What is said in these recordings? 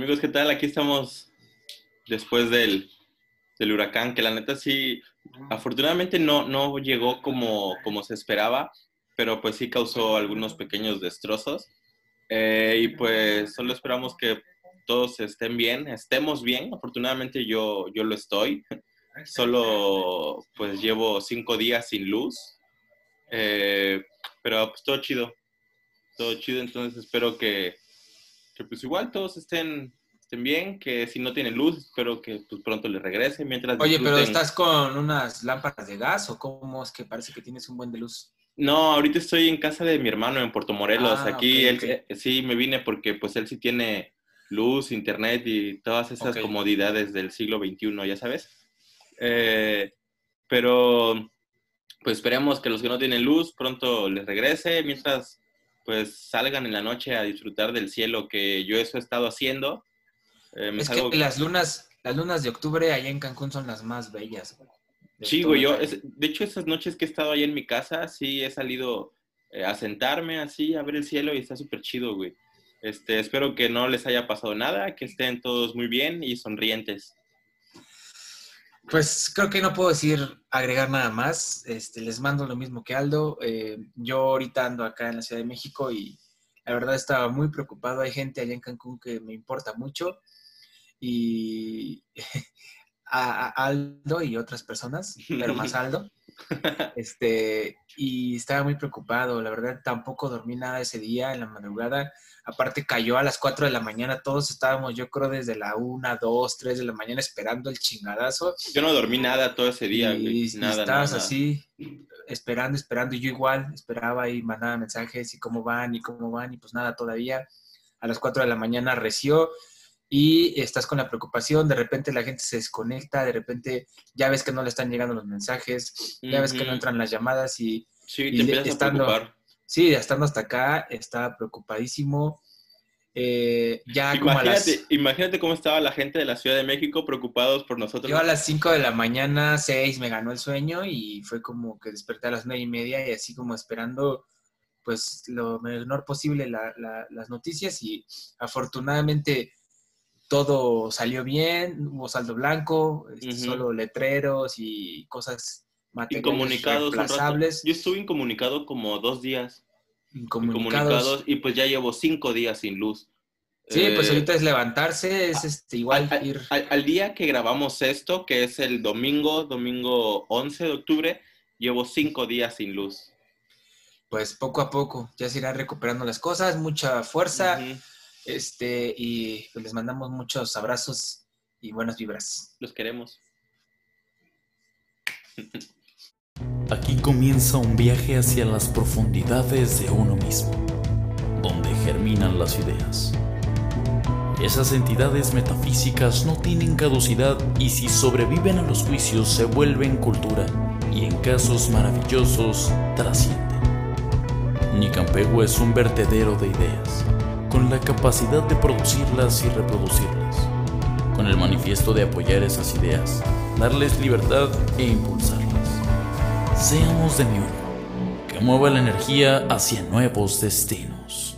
Amigos, ¿qué tal? Aquí estamos después del huracán, que la neta sí, afortunadamente no llegó como se esperaba, pero pues sí causó algunos pequeños destrozos. Y pues solo esperamos que todos estén bien, estemos bien. Afortunadamente yo lo estoy. Solo pues llevo 5 días sin luz, eh, pero pues todo chido, entonces espero que pues igual todos estén bien, que si no tienen luz, espero que pues pronto les regrese, mientras Oye, pero disfruten. ¿estás con unas lámparas de gas o cómo es que parece que tienes un buen de luz? No, ahorita estoy en casa de mi hermano en Puerto Morelos. Ah, ok, Aquí él ok, sí me vine porque pues él sí tiene luz, internet y todas esas ok. comodidades del siglo XXI, ya sabes. Eh, pero pues esperemos que los que no tienen luz pronto les regrese, mientras pues salgan en la noche a disfrutar del cielo, que yo eso he estado haciendo. Me Es que salgo. las lunas de octubre allá en Cancún son las más bellas, güey, de Sí, todo güey, el año. de hecho, esas noches que he estado ahí en mi casa, sí he salido a sentarme así, a ver el cielo y está súper chido, güey. Espero que no les haya pasado nada, que estén todos muy bien y sonrientes. Pues creo que no puedo agregar nada más. Les mando lo mismo que Aldo. Yo ahorita ando acá en la Ciudad de México y la verdad estaba muy preocupado. Hay gente allá en Cancún que me importa mucho y a Aldo y otras personas, pero más Aldo. Y estaba muy preocupado, la verdad tampoco dormí nada ese día en la madrugada, aparte cayó a las 4 de la mañana, todos estábamos yo creo desde la 1, 2, 3 de la mañana esperando el chingadazo Yo no dormí nada todo ese día, güey. y Nada, nada, estabas nada. así esperando y yo igual esperaba y mandaba mensajes y cómo van y pues nada todavía, a las 4 de la mañana reció y estás con la preocupación, de repente la gente se desconecta, de repente ya ves que no le están llegando los mensajes, ya ves que no Ujú. entran las llamadas Sí, te y empiezas a preocupar. sí, estando hasta acá, estaba preocupadísimo. Ya como Imagínate cómo estaba la gente de la Ciudad de México preocupados por yo a nosotros. las 5 de la mañana, 6, me ganó el sueño y fue como que desperté a las 9:30 y así como esperando pues lo menor posible las noticias y afortunadamente todo salió bien, hubo saldo blanco, Ujú. solo letreros y cosas materiales Incomunicados un rato. reemplazables, Yo estuve incomunicado como 2 días. incomunicados. Incomunicados y pues ya llevo 5 días sin luz. Sí, pues Eh, ahorita es levantarse, es al, igual al- ir, al día que grabamos esto, que es el domingo 11 de octubre, llevo 5 días sin luz. pues poco a poco, ya se irán recuperando las cosas, mucha fuerza, Ujú. y pues les mandamos muchos abrazos y buenas vibras. Los queremos. Aquí comienza un viaje hacia las profundidades de uno mismo, donde germinan las ideas. Esas entidades metafísicas no tienen caducidad y si sobreviven a los juicios se vuelven cultura y en casos maravillosos trascienden. Nicampegua es un vertedero de ideas, con la capacidad de producirlas y reproducirlas, con el manifiesto de apoyar esas ideas, darles libertad e impulsarlas. Seamos de mi uno, que mueva la energía hacia nuevos destinos.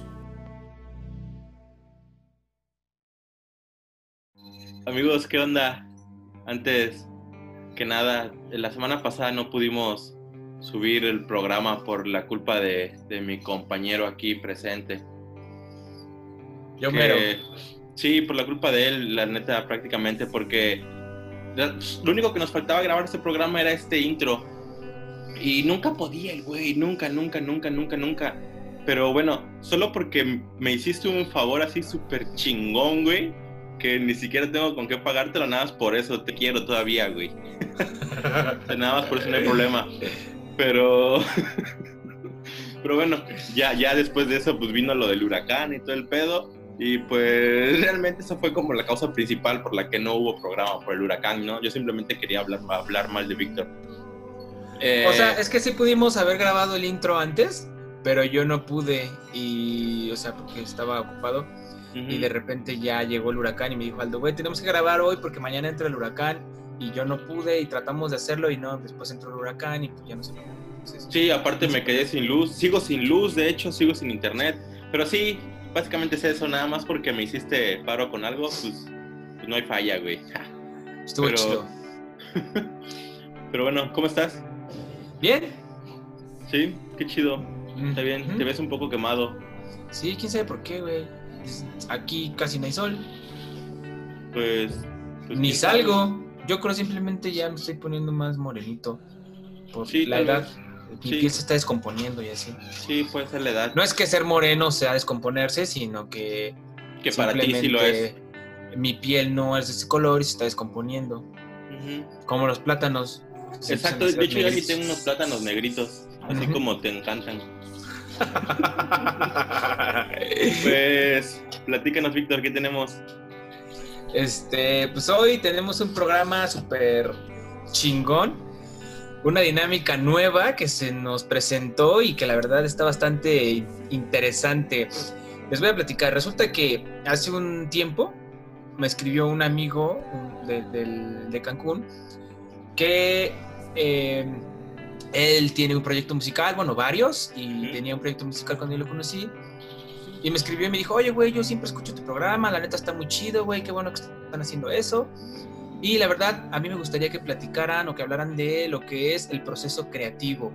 Amigos, ¿qué onda? Antes que nada, la semana pasada no pudimos subir el programa por la culpa de mi compañero aquí presente. Yo mero. Que sí, por la culpa de él, la neta, prácticamente, porque lo único que nos faltaba grabar este programa era este intro. Y nunca podía el güey, nunca, nunca, nunca, nunca, nunca. Pero bueno, solo porque me hiciste un favor así súper chingón, güey, que ni siquiera tengo con qué pagártelo, nada más por eso te quiero todavía, güey. O sea, nada más por eso no hay problema. Pero, pero bueno, ya después de eso, pues vino lo del huracán y todo el pedo. Y pues realmente eso fue como la causa principal por la que no hubo programa por el huracán, ¿no? Yo simplemente quería hablar mal de Víctor. O sea, Eh, es que sí pudimos haber grabado el intro antes, pero yo no pude y, o sea, porque estaba ocupado y de uh-huh. repente ya llegó el huracán y me dijo Aldo, güey, tenemos que grabar hoy porque mañana entra el huracán y yo no pude y tratamos de hacerlo y no, después entró el huracán y pues ya no se pudo. Entonces, Sí, aparte no se me quedé puede. sin luz. Sigo sin luz, de hecho, sigo sin internet. Pero sí, básicamente es eso, nada más porque me hiciste paro con algo, pues no hay falla, güey. Estuvo chido. Pero bueno, ¿cómo estás? ¿Bien? Sí, qué chido. Está bien, Uh-huh. Te ves un poco quemado. Sí, quién sabe por qué, güey. Aquí casi no hay sol. Pues Ni salgo. Yo creo simplemente ya me estoy poniendo más morenito. Por sí, la edad. Mi sí. piel se está descomponiendo y así. Sí, puede ser la edad. No es que ser moreno sea descomponerse, sino que para ti sí lo es. Mi piel no es de ese color y se está descomponiendo. Uh-huh. Como los plátanos. Exacto, de hecho yo aquí tengo unos plátanos negritos, así como te encantan. Pues, platícanos, Víctor, ¿qué tenemos? Pues hoy tenemos un programa súper chingón, una dinámica nueva que se nos presentó y que la verdad está bastante interesante. Les voy a platicar. Resulta que hace un tiempo me escribió un amigo de Cancún que él tiene un proyecto musical, bueno, varios, y tenía un proyecto musical cuando yo lo conocí. Y me escribió y me dijo, oye, güey, yo siempre escucho tu programa, la neta está muy chido, güey, qué bueno que están haciendo eso. Y la verdad, a mí me gustaría que platicaran o que hablaran de lo que es el proceso creativo.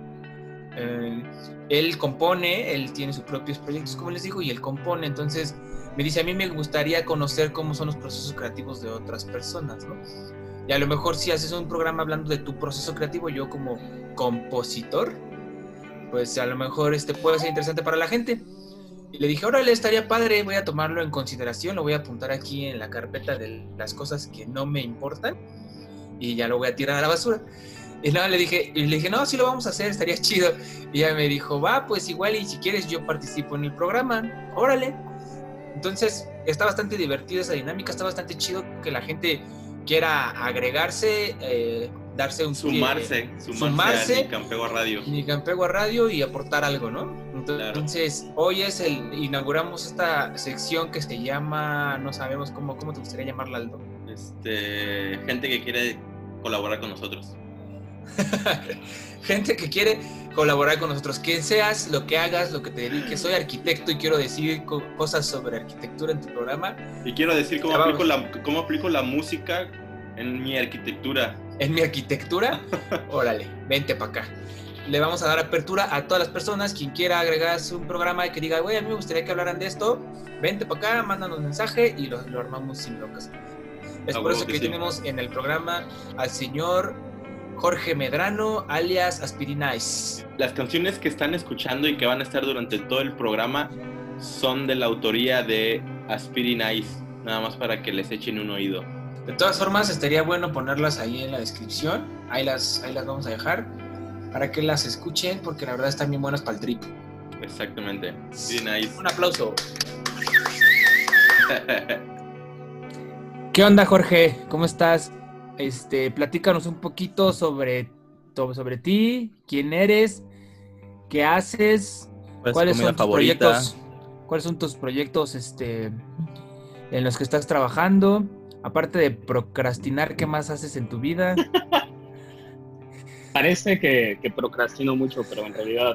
Él compone, él tiene sus propios proyectos, como les digo, y él compone. Entonces, me dice, a mí me gustaría conocer cómo son los procesos creativos de otras personas, ¿no? Y a lo mejor si haces un programa hablando de tu proceso creativo, yo como compositor, pues a lo mejor puede ser interesante para la gente. Y le dije, órale, estaría padre, voy a tomarlo en consideración, lo voy a apuntar aquí en la carpeta de las cosas que no me importan y ya lo voy a tirar a la basura. Y nada, le dije, no, sí lo vamos a hacer, estaría chido. Y ella me dijo, va, pues igual y si quieres yo participo en el programa, órale. Entonces está bastante divertida esa dinámica, está bastante chido que la gente quiera agregarse, darse un sumarse a Ni Campego a Radio y aportar algo, ¿no? Entonces, claro. Hoy inauguramos esta sección que se llama, no sabemos cómo te gustaría llamarla, Aldo. Gente que quiere colaborar con nosotros. Gente que quiere colaborar con nosotros. Quien seas, lo que hagas, lo que te dediques. Soy arquitecto y quiero decir cosas sobre arquitectura en tu programa. Y quiero decir cómo aplico la música en mi arquitectura. ¿En mi arquitectura? Órale, vente para acá. Le vamos a dar apertura a todas las personas. Quien quiera agregarse un programa y que diga, güey, a mí me gustaría que hablaran de esto, vente para acá, mándanos un mensaje y lo armamos sin locas. Es por eso que tenemos en el programa al señor Jorge Medrano, alias Aspirinice. Las canciones que están escuchando y que van a estar durante todo el programa son de la autoría de Aspirinice, nada más para que les echen un oído. De todas formas, estaría bueno ponerlas ahí en la descripción. Ahí las vamos a dejar para que las escuchen, porque la verdad están bien buenas para el trip. Exactamente. Aspirinice. Un aplauso. ¿Qué onda, Jorge? ¿Cómo estás? Platícanos un poquito sobre ti, quién eres, qué haces, cuáles son tus proyectos, cuáles son tus proyectos en los que estás trabajando, aparte de procrastinar, ¿qué más haces en tu vida? Parece que procrastino mucho, pero en realidad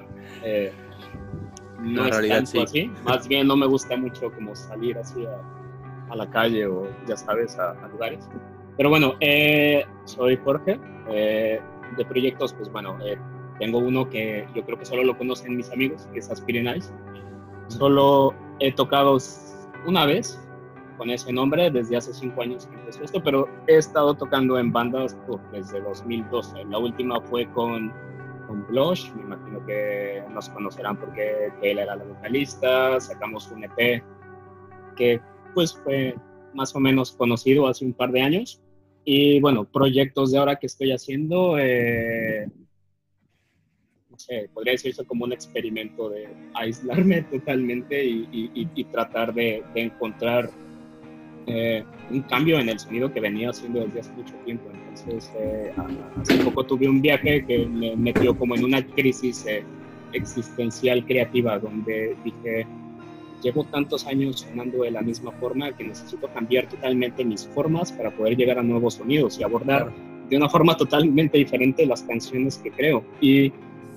no es tanto así. Más bien no me gusta mucho como salir así a la calle o ya sabes, a lugares. Pero bueno, soy Jorge, de proyectos, pues bueno, tengo uno que yo creo que solo lo conocen mis amigos, que es Aspirinice. Solo he tocado una vez con ese nombre desde hace 5 años que empezó esto, pero he estado tocando en bandas desde 2012. La última fue con Blush, me imagino que nos conocerán porque él era la vocalista. Sacamos un EP que pues fue más o menos conocido hace un par de años. Y bueno, proyectos de ahora que estoy haciendo, no sé, podría decirse como un experimento de aislarme totalmente y tratar de encontrar un cambio en el sonido que venía haciendo desde hace mucho tiempo. Entonces, hace poco tuve un viaje que me metió como en una crisis existencial creativa, donde dije, llevo tantos años sonando de la misma forma que necesito cambiar totalmente mis formas para poder llegar a nuevos sonidos y abordar de una forma totalmente diferente las canciones que creo. Y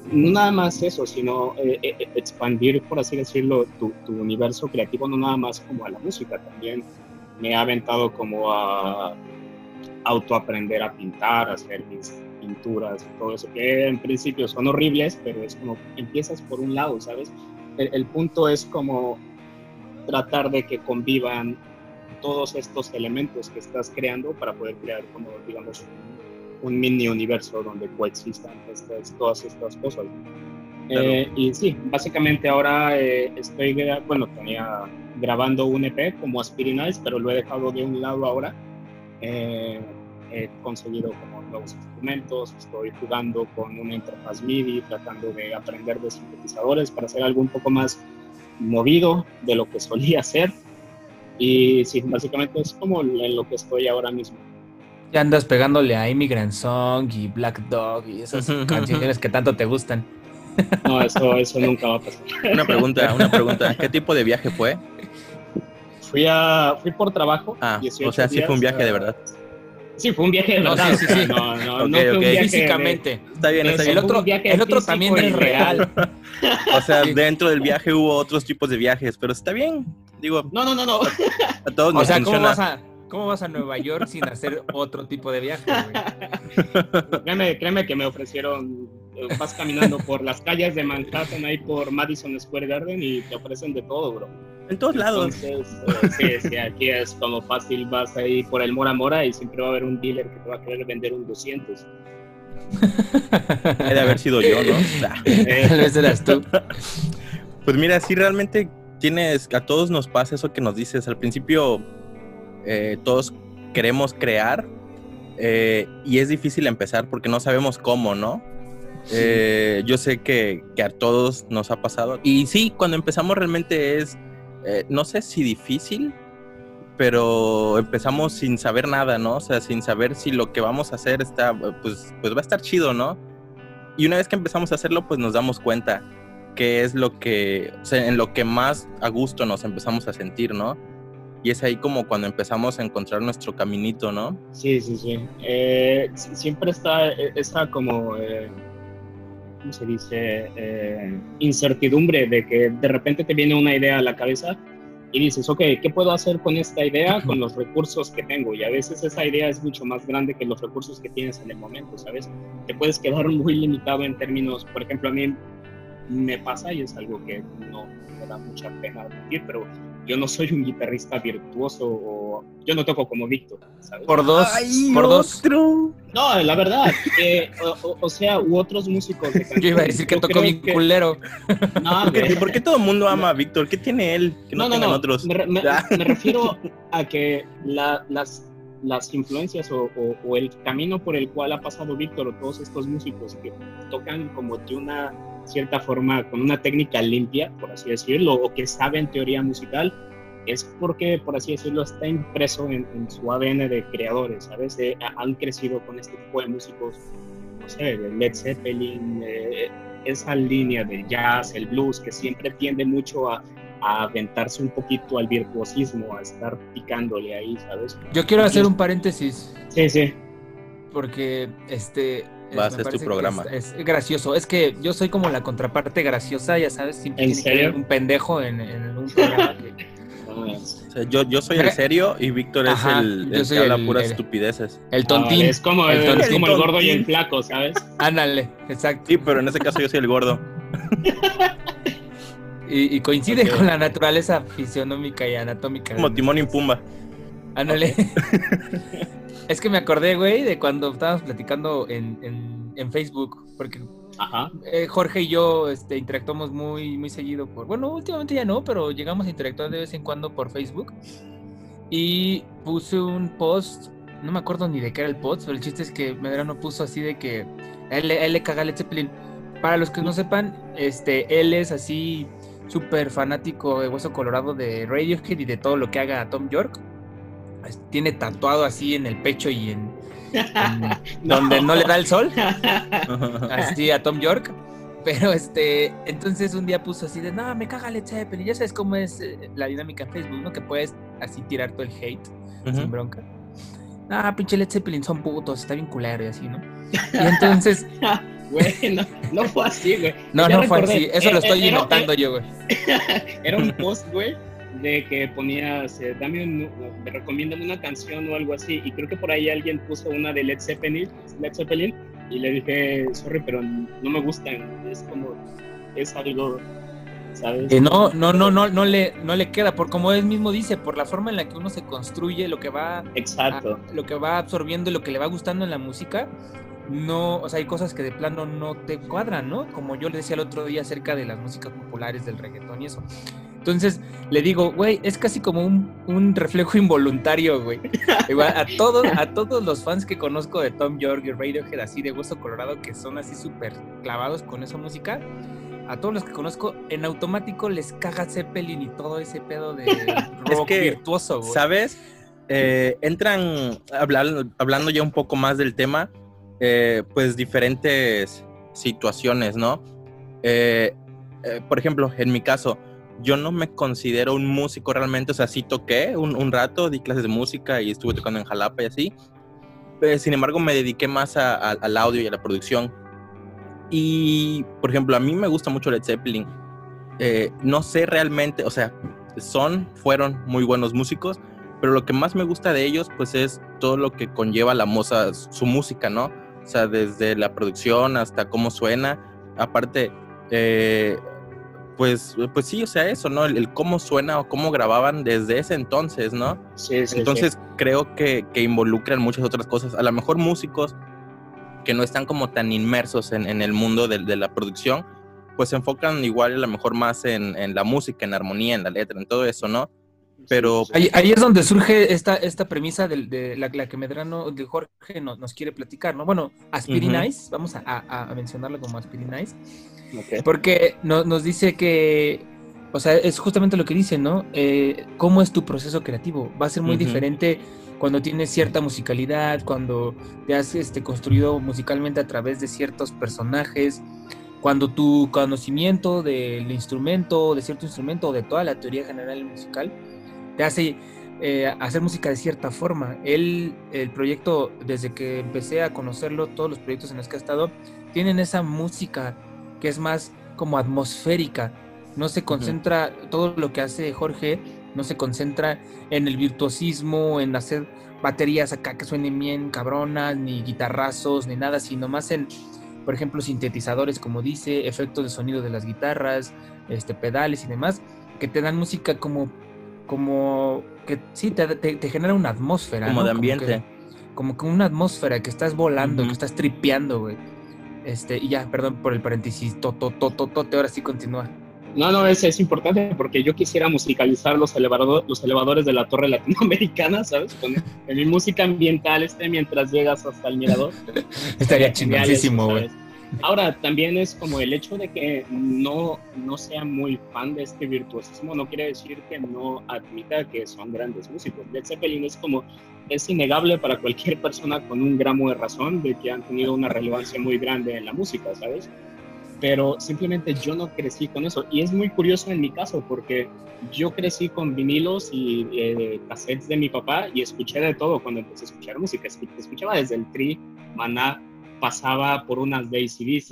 no nada más eso, sino expandir, por así decirlo, tu universo creativo, no nada más como a la música, también me ha aventado como a autoaprender a pintar, a hacer mis pinturas y todo eso, que en principio son horribles, pero es como empiezas por un lado, ¿sabes? El punto es como tratar de que convivan todos estos elementos que estás creando para poder crear como, digamos, un mini universo donde coexistan todas estas cosas. Claro. Y sí, básicamente ahora tenía grabando un EP como Aspirinize, pero lo he dejado de un lado ahora. He conseguido como nuevos instrumentos, estoy jugando con una interfaz MIDI, tratando de aprender de sintetizadores para hacer algo un poco más movido de lo que solía hacer. Y sí, básicamente es como en lo que estoy ahora mismo. Ya andas pegándole a Immigrant Song y Black Dog y esas canciones que tanto te gustan. No, eso nunca va a pasar. Una pregunta. ¿Qué tipo de viaje fue? Fui por trabajo. O sea, sí fue un viaje de verdad. Sí, fue un viaje de verdad. Sí. No fue un viaje físicamente. Está bien. El otro también es real. O sea, dentro del viaje hubo otros tipos de viajes, pero está bien. Digo, no. A todos nos funciona. ¿Cómo vas a Nueva York sin hacer otro tipo de viaje, güey? Créeme que me ofrecieron, vas caminando por las calles de Manhattan, ahí por Madison Square Garden y te ofrecen de todo, bro. En todos lados. Entonces, sí, aquí es como fácil, vas ahí por el Mora Mora y siempre va a haber un dealer que te va a querer vender un 200. Debe haber sido yo, ¿no? Tal vez eras tú. Pues mira, sí, realmente a todos nos pasa eso que nos dices. Al principio todos queremos crear y es difícil empezar porque no sabemos cómo, ¿no? Yo sé que a todos nos ha pasado. Y sí, cuando empezamos realmente es, no sé si difícil, pero empezamos sin saber nada, ¿no? O sea, sin saber si lo que vamos a hacer pues va a estar chido, ¿no? Y una vez que empezamos a hacerlo, pues nos damos cuenta que es en lo que más a gusto nos empezamos a sentir, ¿no? Y es ahí como cuando empezamos a encontrar nuestro caminito, ¿no? Sí. Siempre está esa como, ¿cómo se dice? Incertidumbre de que de repente te viene una idea a la cabeza y dices, ok, ¿qué puedo hacer con esta idea con los recursos que tengo? Y a veces esa idea es mucho más grande que los recursos que tienes en el momento, ¿sabes? Te puedes quedar muy limitado en términos, por ejemplo, a mí me pasa y es algo que no me da mucha pena admitir, pero yo no soy un guitarrista virtuoso o yo no toco como Víctor, ¿sabes? Por dos. No, la verdad, u otros músicos de canción. Yo iba a decir que tocó bien culero. No, ¿Por qué todo el mundo ama a Víctor? ¿Qué tiene él que no tengan otros? Me refiero a que las influencias o el camino por el cual ha pasado Víctor o todos estos músicos que tocan como de una cierta forma, con una técnica limpia, por así decirlo, o que saben teoría musical, es porque, por así decirlo, está impreso en su ADN de creadores, ¿sabes? Han crecido con este tipo de músicos, no sé, de Led Zeppelin, esa línea del jazz, el blues, que siempre tiende mucho a aventarse un poquito al virtuosismo, a estar picándole ahí, ¿sabes? Yo quiero hacer un paréntesis. Sí. Porque va a ser tu programa. Es gracioso. Es que yo soy como la contraparte graciosa, ya sabes, siempre ¿En tiene serio? Que haber un pendejo en un programa. O sea, yo soy el serio y Víctor es el que habla puras estupideces. El tontín. Es como el gordo y el flaco, ¿sabes? Ándale, exacto. Sí, pero en ese caso yo soy el gordo. Y coincide con la naturaleza fisionómica y anatómica. Como Timón y Pumba. Ándale. Es que me acordé, güey, de cuando estábamos platicando en Facebook, porque Jorge y yo interactuamos muy seguido bueno, últimamente ya no, pero llegamos a interactuar de vez en cuando por Facebook. Y puse un post, no me acuerdo ni de qué era el post, pero el chiste es que Medrano puso así de que a él le caga Led Zeppelin. Para los que no sepan, él es así súper fanático de Hueso Colorado de Radiohead y de todo lo que haga Tom York. Tiene tatuado así en el pecho y en donde no le da el sol, así a Tom York. Pero entonces un día puso así de, no, me caga Led Zeppelin. Ya sabes cómo es la dinámica en Facebook, ¿no? Que puedes así tirar todo el hate sin bronca. Pinche Led Zeppelin son putos, está bien culero y así, ¿no? Y entonces Güey, no fue así, güey. No fue así. Eso lo estoy inventando yo, güey. Era un post, güey, de que ponías, recomiéndame una canción o algo así. Y creo que por ahí alguien puso una de Led Zeppelin. Y le dije, sorry, pero no me gustan. Es como, es algo, ¿sabes? No le queda, por como él mismo dice, por la forma en la que uno se construye, lo que va, exacto, lo que va absorbiendo y lo que le va gustando en la música. No, o sea, hay cosas que de plano no te cuadran, ¿no? Como yo le decía el otro día acerca de las músicas populares, del reggaetón y eso. Entonces le digo, güey, es casi como un reflejo involuntario, güey. Igual, a todos los fans que conozco de Tom York y Radiohead, así de Hueso Colorado, que son así súper clavados con esa música, a todos los que conozco, en automático les caga Zeppelin y todo ese pedo de rock virtuoso, güey. ¿Sabes? Entran, hablando ya un poco más del tema, pues diferentes situaciones, ¿no? Por ejemplo, en mi caso, yo no me considero un músico realmente, o sea, sí toqué un rato, di clases de música y estuve tocando en Jalapa y así, sin embargo me dediqué más al audio y a la producción. Y, por ejemplo, a mí me gusta mucho Led Zeppelin. No sé realmente, o sea, fueron muy buenos músicos, pero lo que más me gusta de ellos, pues, es todo lo que conlleva su música, ¿no? O sea, desde la producción hasta cómo suena. Aparte, pues sí, o sea, eso, ¿no? El cómo suena o cómo grababan desde ese entonces, ¿no? Sí, entonces, creo que involucran muchas otras cosas. A lo mejor músicos que no están como tan inmersos en el mundo de la producción, pues se enfocan igual a lo mejor más en la música, en la armonía, en la letra, en todo eso, ¿no? Pero ahí es donde surge esta premisa de la que Medrano, de Jorge nos quiere platicar, ¿no? Bueno, Aspirinize, vamos a mencionarlo como Aspirinize, okay. Porque nos dice que, o sea, es justamente lo que dice, ¿no? ¿Cómo es tu proceso creativo? Va a ser muy diferente cuando tienes cierta musicalidad, cuando te has construido musicalmente a través de ciertos personajes, cuando tu conocimiento del instrumento, de cierto instrumento o de toda la teoría general musical te hace hacer música de cierta forma. El proyecto, desde que empecé a conocerlo, todos los proyectos en los que he estado, tienen esa música que es más como atmosférica. No se concentra, todo lo que hace Jorge, no se concentra en el virtuosismo, en hacer baterías acá que suenen bien cabronas, ni guitarrazos, ni nada, sino más en, por ejemplo, sintetizadores, como dice, efectos de sonido de las guitarras, pedales y demás, que te dan música como que sí, te genera una atmósfera, como, ¿no?, de ambiente. Como que una atmósfera, que estás volando, que estás tripeando, güey. Y ya, perdón por el paréntesis, ahora sí continúa. No, es importante porque yo quisiera musicalizar los elevadores de la torre latinoamericana, ¿sabes? Con mi música ambiental mientras llegas hasta el mirador. Estaría chingadísimo, güey. Ahora, también es como el hecho de que no sea muy fan de este virtuosismo, no quiere decir que no admita que son grandes músicos. Led Zeppelin es innegable para cualquier persona con un gramo de razón de que han tenido una relevancia muy grande en la música, ¿sabes? Pero simplemente yo no crecí con eso. Y es muy curioso en mi caso, porque yo crecí con vinilos y cassettes de mi papá y escuché de todo cuando empecé a escuchar música. Escuchaba desde el Tri, Maná, pasaba por unas de AC/DC.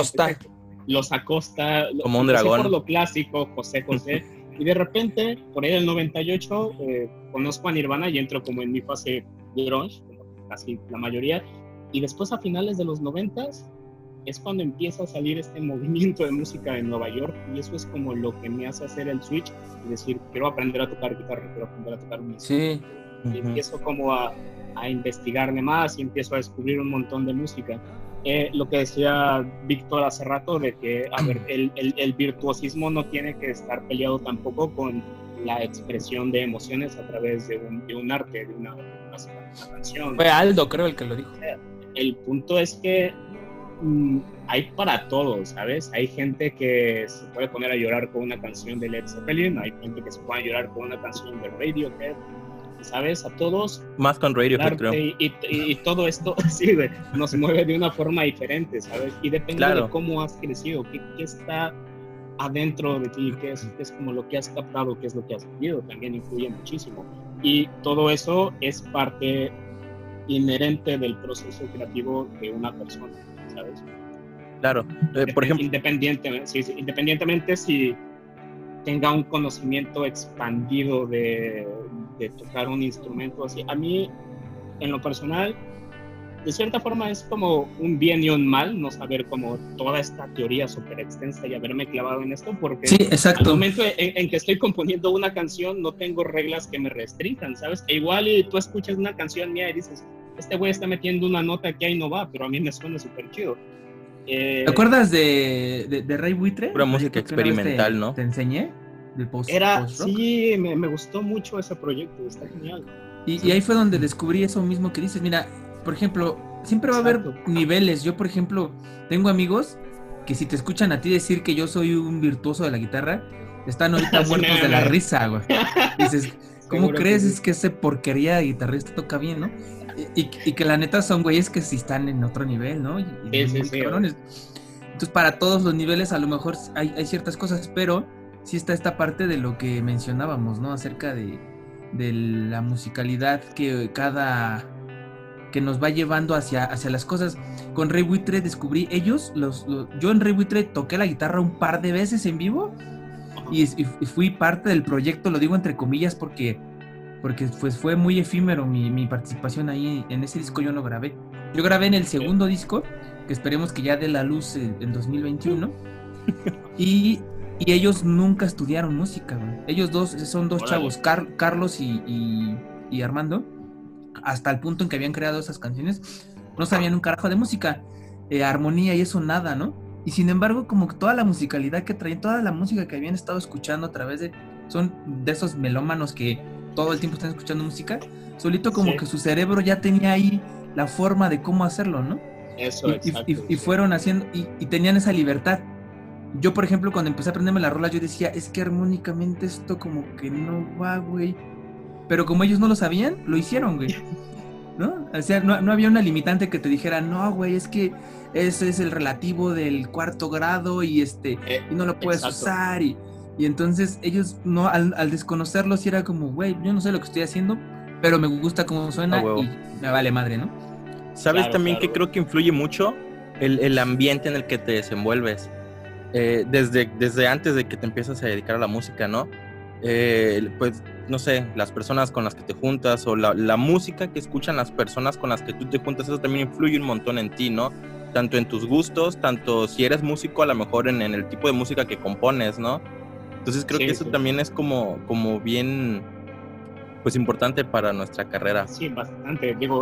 Los Acosta. Como un dragón. Por lo clásico, José. Y de repente, por ahí del 98, conozco a Nirvana y entro como en mi fase grunge, como casi la mayoría. Y después, a finales de los 90s, es cuando empieza a salir este movimiento de música en Nueva York, y eso es como lo que me hace hacer el switch y decir, quiero aprender a tocar guitarra, quiero aprender a tocar música. Sí. Y empiezo como a investigarle más y empiezo a descubrir un montón de música. Lo que decía Víctor hace rato, de que, a ver, el virtuosismo no tiene que estar peleado tampoco con la expresión de emociones a través de un arte, de una canción. Fue Aldo, creo, el que lo dijo. El punto es que hay para todos, ¿sabes? Hay gente que se puede poner a llorar con una canción de Led Zeppelin, hay gente que se puede llorar con una canción de Radiohead, ¿sabes? A todos. Más con Radiohead, creo. Y todo esto, sí, güey, nos mueve de una forma diferente, ¿sabes? Y depende de cómo has crecido, qué está adentro de ti, qué es como lo que has captado, qué es lo que has vivido, también influye muchísimo. Y todo eso es parte inherente del proceso creativo de una persona, ¿sabes? Claro, por ejemplo... Independientemente si tenga un conocimiento expandido de tocar un instrumento así. A mí, en lo personal, de cierta forma es como un bien y un mal no saber como toda esta teoría súper extensa y haberme clavado en esto, porque sí, exacto. Al momento en que estoy componiendo una canción no tengo reglas que me restrinjan, ¿sabes? E igual y tú escuchas una canción mía y dices, este güey está metiendo una nota que ahí no va, pero a mí me suena súper chido. ¿Te acuerdas de Ray Buitre? Pura música experimental, ¿no? Te enseñé del post-rock. Sí, me gustó mucho ese proyecto, está genial. Y ahí fue donde descubrí eso mismo que dices. Mira, por ejemplo, siempre va a haber niveles. Yo, por ejemplo, tengo amigos que si te escuchan a ti decir que yo soy un virtuoso de la guitarra, están ahorita muertos de la risa, güey. Dices, ¿cómo crees? Es que ese porquería de guitarrista toca bien, ¿no? Y que la neta son güeyes que sí están en otro nivel, ¿no? Sí, cabrones. Entonces, para todos los niveles a lo mejor hay ciertas cosas, pero sí está esta parte de lo que mencionábamos, ¿no? Acerca de la musicalidad que nos va llevando hacia las cosas. Con Ray Buitre descubrí yo en Ray Buitre toqué la guitarra un par de veces en vivo y fui parte del proyecto, lo digo entre comillas porque pues fue muy efímero mi participación ahí. En ese disco yo no grabé. Yo grabé en el segundo disco, que esperemos que ya dé la luz en 2021. Y ellos nunca estudiaron música, güey. Ellos son dos chavos, Carlos y Armando, hasta el punto en que habían creado esas canciones, no sabían un carajo de música, armonía y eso nada, ¿no? Y sin embargo, como que toda la musicalidad que traían, toda la música que habían estado escuchando a través son de esos melómanos que todo el tiempo están escuchando música, solito como que su cerebro ya tenía ahí la forma de cómo hacerlo, ¿no? Eso, y fueron haciendo, y tenían esa libertad. Yo, por ejemplo, cuando empecé a aprenderme las rolas, yo decía, es que armónicamente esto como que no va, güey. Pero como ellos no lo sabían, lo hicieron, güey, ¿no? O sea, no había una limitante que te dijera, no, güey, es que ese es el relativo del cuarto grado y no lo puedes usar. Y entonces ellos, no, al desconocerlo, sí era como, güey, yo no sé lo que estoy haciendo, pero me gusta cómo suena y me vale madre, ¿no? ¿Sabes también que creo que influye mucho? El ambiente en el que te desenvuelves. Desde antes de que te empiezas a dedicar a la música, ¿no? Pues, no sé, las personas con las que te juntas o la música que escuchan las personas con las que tú te juntas, eso también influye un montón en ti, ¿no? Tanto en tus gustos, tanto si eres músico, a lo mejor en el tipo de música que compones, ¿no? Entonces creo que eso también es como bien, pues, importante para nuestra carrera. Sí, bastante. Digo,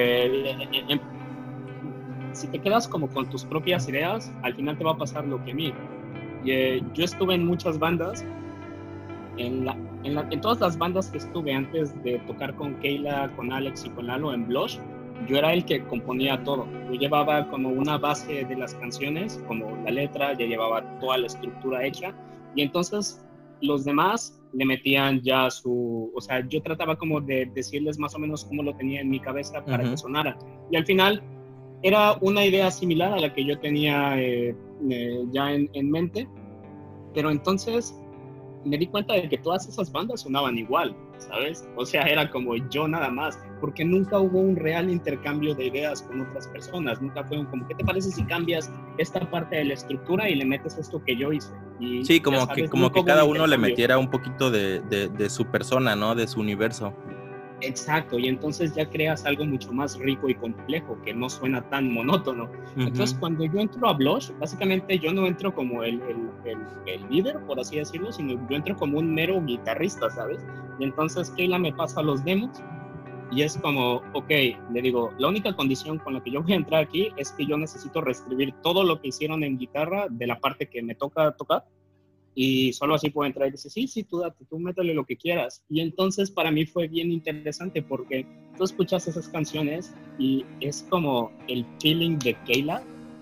si te quedas como con tus propias ideas, al final te va a pasar lo que a mí. Yo estuve en muchas bandas, en todas las bandas que estuve antes de tocar con Keila, con Alex y con Lalo en Blush, yo era el que componía todo. Yo llevaba como una base de las canciones, como la letra, ya llevaba toda la estructura hecha, y entonces los demás le metían ya o sea, yo trataba como de decirles más o menos cómo lo tenía en mi cabeza para que sonara. Y al final era una idea similar a la que yo tenía ya en mente, pero entonces me di cuenta de que todas esas bandas sonaban igual, ¿sabes? O sea, era como yo nada más, porque nunca hubo un real intercambio de ideas con otras personas, nunca fue como, ¿qué te parece si cambias esta parte de la estructura y le metes esto que yo hice? Y, sí, como que cada uno le metiera un poquito de su persona, ¿no? De su universo. Exacto, y entonces ya creas algo mucho más rico y complejo, que no suena tan monótono. Entonces, cuando yo entro a Blush, básicamente yo no entro como el líder, por así decirlo, sino yo entro como un mero guitarrista, ¿sabes? Y entonces Keila me pasa los demos y es como, ok, le digo, la única condición con la que yo voy a entrar aquí es que yo necesito reescribir todo lo que hicieron en guitarra de la parte que me toca tocar. Y solo así puedo entrar y decir, sí, tú métele lo que quieras. Y entonces para mí fue bien interesante porque tú escuchas esas canciones y es como el feeling de Keila.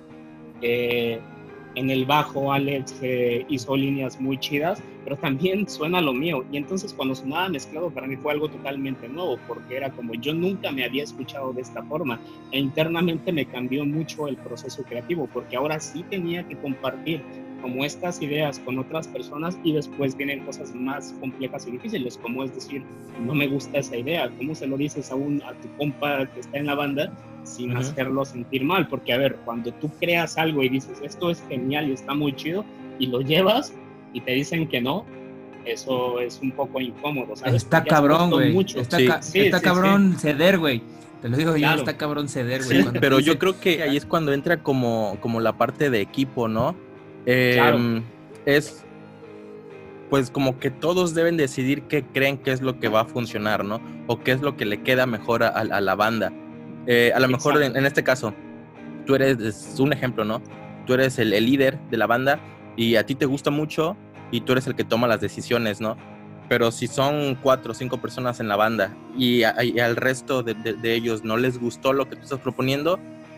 En el bajo, Alex hizo líneas muy chidas, pero también suena lo mío. Y entonces cuando sonaba mezclado para mí fue algo totalmente nuevo, porque era como yo nunca me había escuchado de esta forma. E internamente me cambió mucho el proceso creativo, porque ahora sí tenía que compartir como estas ideas con otras personas y después vienen cosas más complejas y difíciles, como es decir, no me gusta esa idea, ¿cómo se lo dices a tu compa que está en la banda sin hacerlo sentir mal? Porque a ver, cuando tú creas algo y dices, esto es genial y está muy chido, y lo llevas y te dicen que no, eso es un poco incómodo, ¿sabes? Está cabrón, güey. Está cabrón ceder, güey. Te lo digo Claro. yo, está cabrón ceder, güey. Sí, pero yo creo que ahí es cuando entra como la parte de equipo, ¿no? Claro. Es pues como que todos deben decidir qué creen que es lo que va a funcionar, ¿no? O qué es lo que le queda mejor a la banda. A lo mejor en este caso, tú es un ejemplo, ¿no? Tú eres el líder de la banda y a ti te gusta mucho y tú eres el que toma las decisiones, ¿no? Pero si son 4 o 5 personas en la banda y al resto de ellos no les gustó lo que tú estás proponiendo,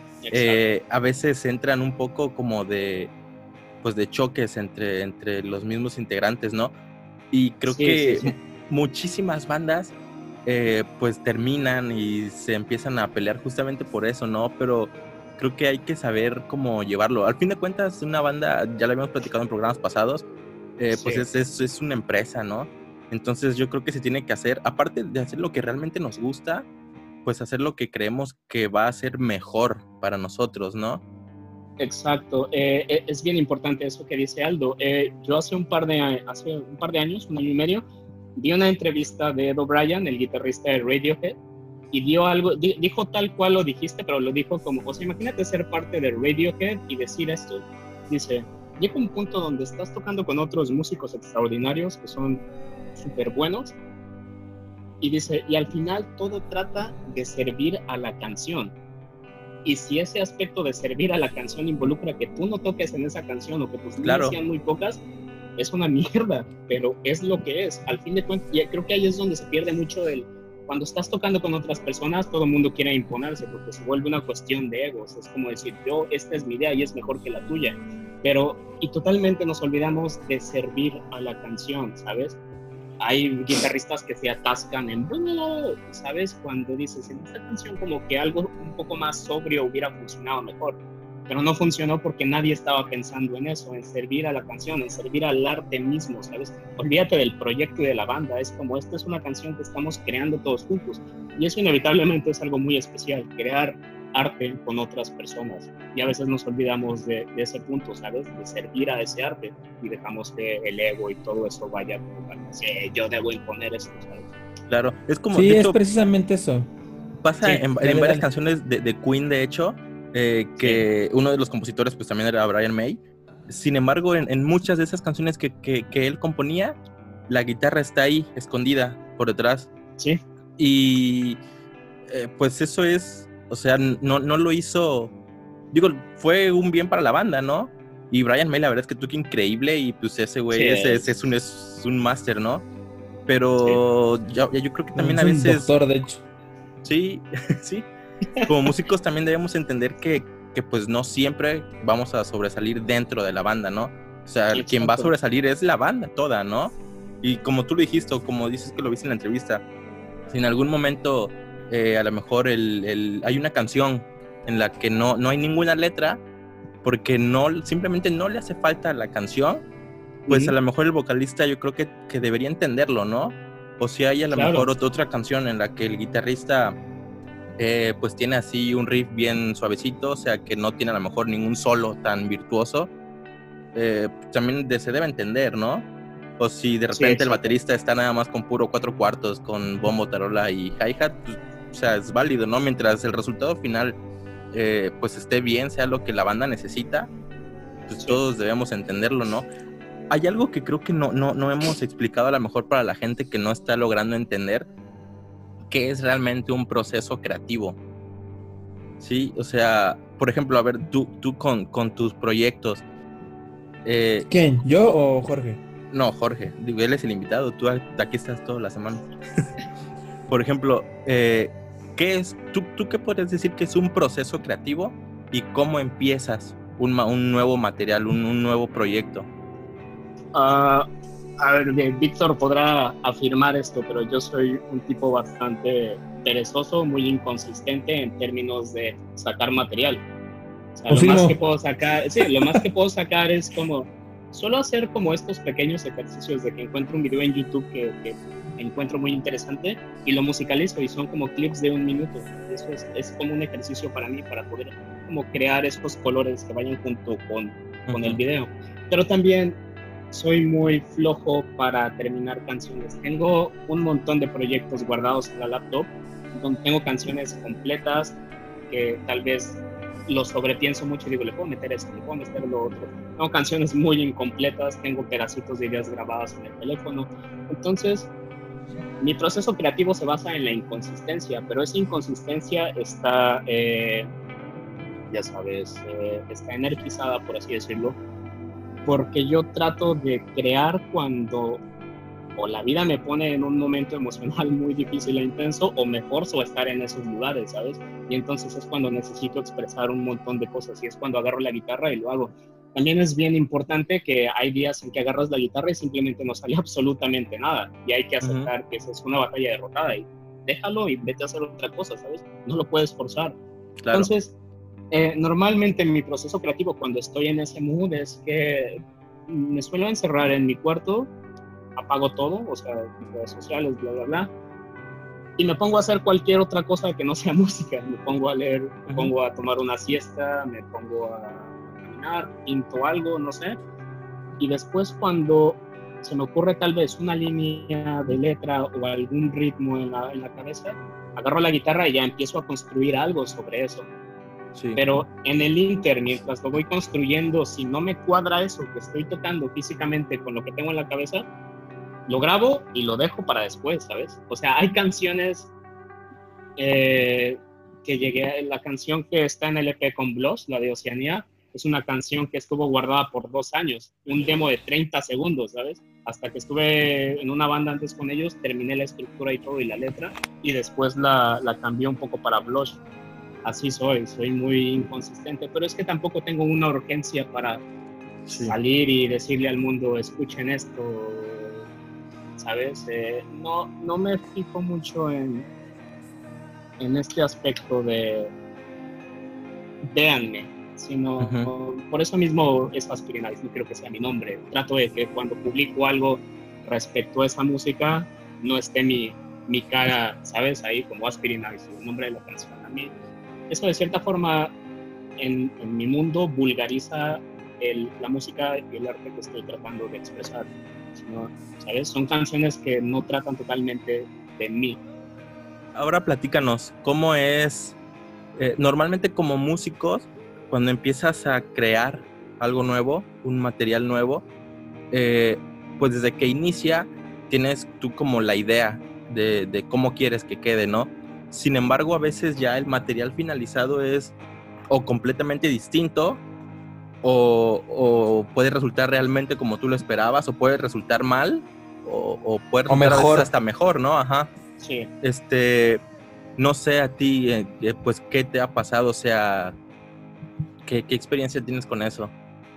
a veces entran un poco como de choques entre los mismos integrantes, ¿no? Y creo que muchísimas bandas pues terminan y se empiezan a pelear justamente por eso, ¿no? Pero creo que hay que saber cómo llevarlo. Al fin de cuentas, una banda, ya lo habíamos platicado en programas pasados, pues es una empresa, ¿no? Entonces yo creo que se tiene que hacer, aparte de hacer lo que realmente nos gusta, pues hacer lo que creemos que va a ser mejor para nosotros, ¿no? Exacto, es bien importante eso que dice Aldo. Yo hace un par de años, 1 año y medio, vi una entrevista de Ed O'Brien, el guitarrista de Radiohead, y dijo tal cual lo dijiste, pero lo dijo como, o sea, imagínate ser parte de Radiohead y decir esto. Dice, llega un punto donde estás tocando con otros músicos extraordinarios que son súper buenos, y dice, y al final todo trata de servir a la canción. Y si ese aspecto de servir a la canción involucra que tú no toques en esa canción o que tus líneas sean muy pocas, es una mierda, pero es lo que es. Al fin de cuentas, y creo que ahí es donde se pierde mucho cuando estás tocando con otras personas, todo el mundo quiere imponerse porque se vuelve una cuestión de egos. Es como decir, esta es mi idea y es mejor que la tuya. Y totalmente nos olvidamos de servir a la canción, ¿sabes? Hay guitarristas que se atascan en, ¿sabes? Cuando dices, en esta canción como que algo un poco más sobrio hubiera funcionado mejor, pero no funcionó porque nadie estaba pensando en eso, en servir a la canción, en servir al arte mismo, ¿sabes? Olvídate del proyecto y de la banda, es como, esta es una canción que estamos creando todos juntos, y eso inevitablemente es algo muy especial, crear arte con otras personas, y a veces nos olvidamos de ese punto, ¿sabes? De servir a ese arte, y dejamos que el ego y todo eso vaya como para decir, yo debo imponer esto, ¿sabes? Claro, es como... Sí, es precisamente eso. Pasa en varias canciones de Queen, de hecho, que uno de los compositores pues también era Brian May. Sin embargo, en muchas de esas canciones que él componía, la guitarra está ahí, escondida, por detrás. Sí. Y pues eso es, o sea, no lo hizo, digo, fue un bien para la banda, ¿no? Y Brian May, la verdad es que toca increíble y pues ese güey es un máster, ¿no? Pero yo creo que también a veces... Es un doctor, de hecho. Sí, sí. Como músicos también debemos entender que pues no siempre vamos a sobresalir dentro de la banda, ¿no? O sea, quien va a sobresalir es la banda toda, ¿no? Y como tú lo dijiste, o como dices que lo viste en la entrevista, si en algún momento a lo mejor hay una canción en la que no hay ninguna letra, porque simplemente no le hace falta la canción, pues a lo mejor el vocalista yo creo que debería entenderlo, ¿no? O si hay a lo mejor otra canción en la que el guitarrista pues tiene así un riff bien suavecito, o sea que no tiene a lo mejor ningún solo tan virtuoso, también se debe entender, ¿no? O si de repente el baterista está nada más con puro 4/4 con bombo, tarola y hi-hat, pues, o sea, es válido, ¿no? Mientras el resultado final pues esté bien, sea lo que la banda necesita, pues todos debemos entenderlo, ¿no? Hay algo que creo que no hemos explicado a lo mejor para la gente que no está logrando entender qué es realmente un proceso creativo. Sí, o sea, por ejemplo, a ver, tú con tus proyectos. ¿Quién? ¿Yo o Jorge? No, Jorge, digo, él es el invitado, tú aquí estás toda la semana. Por ejemplo, ¿qué es? ¿Tú qué podrías decir que es un proceso creativo y cómo empiezas un nuevo material, un nuevo proyecto? A ver, Víctor podrá afirmar esto, pero yo soy un tipo bastante perezoso, muy inconsistente en términos de sacar material. O sea, lo más que puedo sacar es como suelo hacer como estos pequeños ejercicios de que encuentro un video en YouTube que encuentro muy interesante y lo musicalizo y son como clips de 1 minuto. Eso es como un ejercicio para mí, para poder como crear estos colores que vayan junto con el video. Pero también soy muy flojo para terminar canciones. Tengo un montón de proyectos guardados en la laptop donde tengo canciones completas que tal vez lo sobrepienso mucho y digo, le puedo meter esto, le puedo meter lo otro. Tengo canciones muy incompletas, tengo pedacitos de ideas grabadas en el teléfono. Entonces, mi proceso creativo se basa en la inconsistencia, pero esa inconsistencia está, ya sabes, está energizada, por así decirlo, porque yo trato de crear cuando o la vida me pone en un momento emocional muy difícil e intenso, o me forzo a estar en esos lugares, ¿sabes? Y entonces es cuando necesito expresar un montón de cosas, y es cuando agarro la guitarra y lo hago. También es bien importante que hay días en que agarras la guitarra y simplemente no sale absolutamente nada, y hay que aceptar que esa es una batalla derrotada, y déjalo y vete a hacer otra cosa, ¿sabes? No lo puedes forzar. Claro. Entonces, normalmente mi proceso creativo cuando estoy en ese mood es que me suelo encerrar en mi cuarto, apago todo, o sea, redes sociales, bla, bla, bla, y me pongo a hacer cualquier otra cosa que no sea música. Me pongo a leer, me pongo a tomar una siesta, me pongo a caminar, pinto algo, no sé, y después cuando se me ocurre tal vez una línea de letra o algún ritmo en la cabeza, agarro la guitarra y ya empiezo a construir algo sobre eso. Sí. Pero en el inter, mientras lo voy construyendo, si no me cuadra eso que estoy tocando físicamente con lo que tengo en la cabeza, lo grabo y lo dejo para después, ¿sabes? O sea, hay canciones que la canción que está en el EP con Blush, la de Oceanía, es una canción que estuvo guardada por 2 años, un demo de 30 segundos, ¿sabes? Hasta que estuve en una banda antes con ellos, terminé la estructura y todo y la letra, y después la cambié un poco para Blush. Así soy muy inconsistente, pero es que tampoco tengo una urgencia para salir y decirle al mundo, escuchen esto, ¿sabes? No me fijo mucho en este aspecto de véanme, sino por eso mismo es Aspirin Eyes, no quiero que sea mi nombre. Trato de que cuando publico algo respecto a esa música no esté mi cara, ¿sabes? Ahí como Aspirin Eyes, el nombre de la canción. A mí eso de cierta forma en mi mundo vulgariza la música y el arte que estoy tratando de expresar. Sino, ¿sabes? Son canciones que no tratan totalmente de mí. Ahora platícanos, ¿cómo es normalmente como músicos cuando empiezas a crear algo nuevo, un material nuevo, pues desde que inicia tienes tú como la idea de cómo quieres que quede, ¿no? Sin embargo, a veces ya el material finalizado es o completamente distinto o puede resultar realmente como tú lo esperabas, o puede resultar mal o puede resultar a veces hasta mejor, ¿no? Ajá. Sí. No sé a ti, pues, ¿qué te ha pasado? O sea, ¿qué experiencia tienes con eso?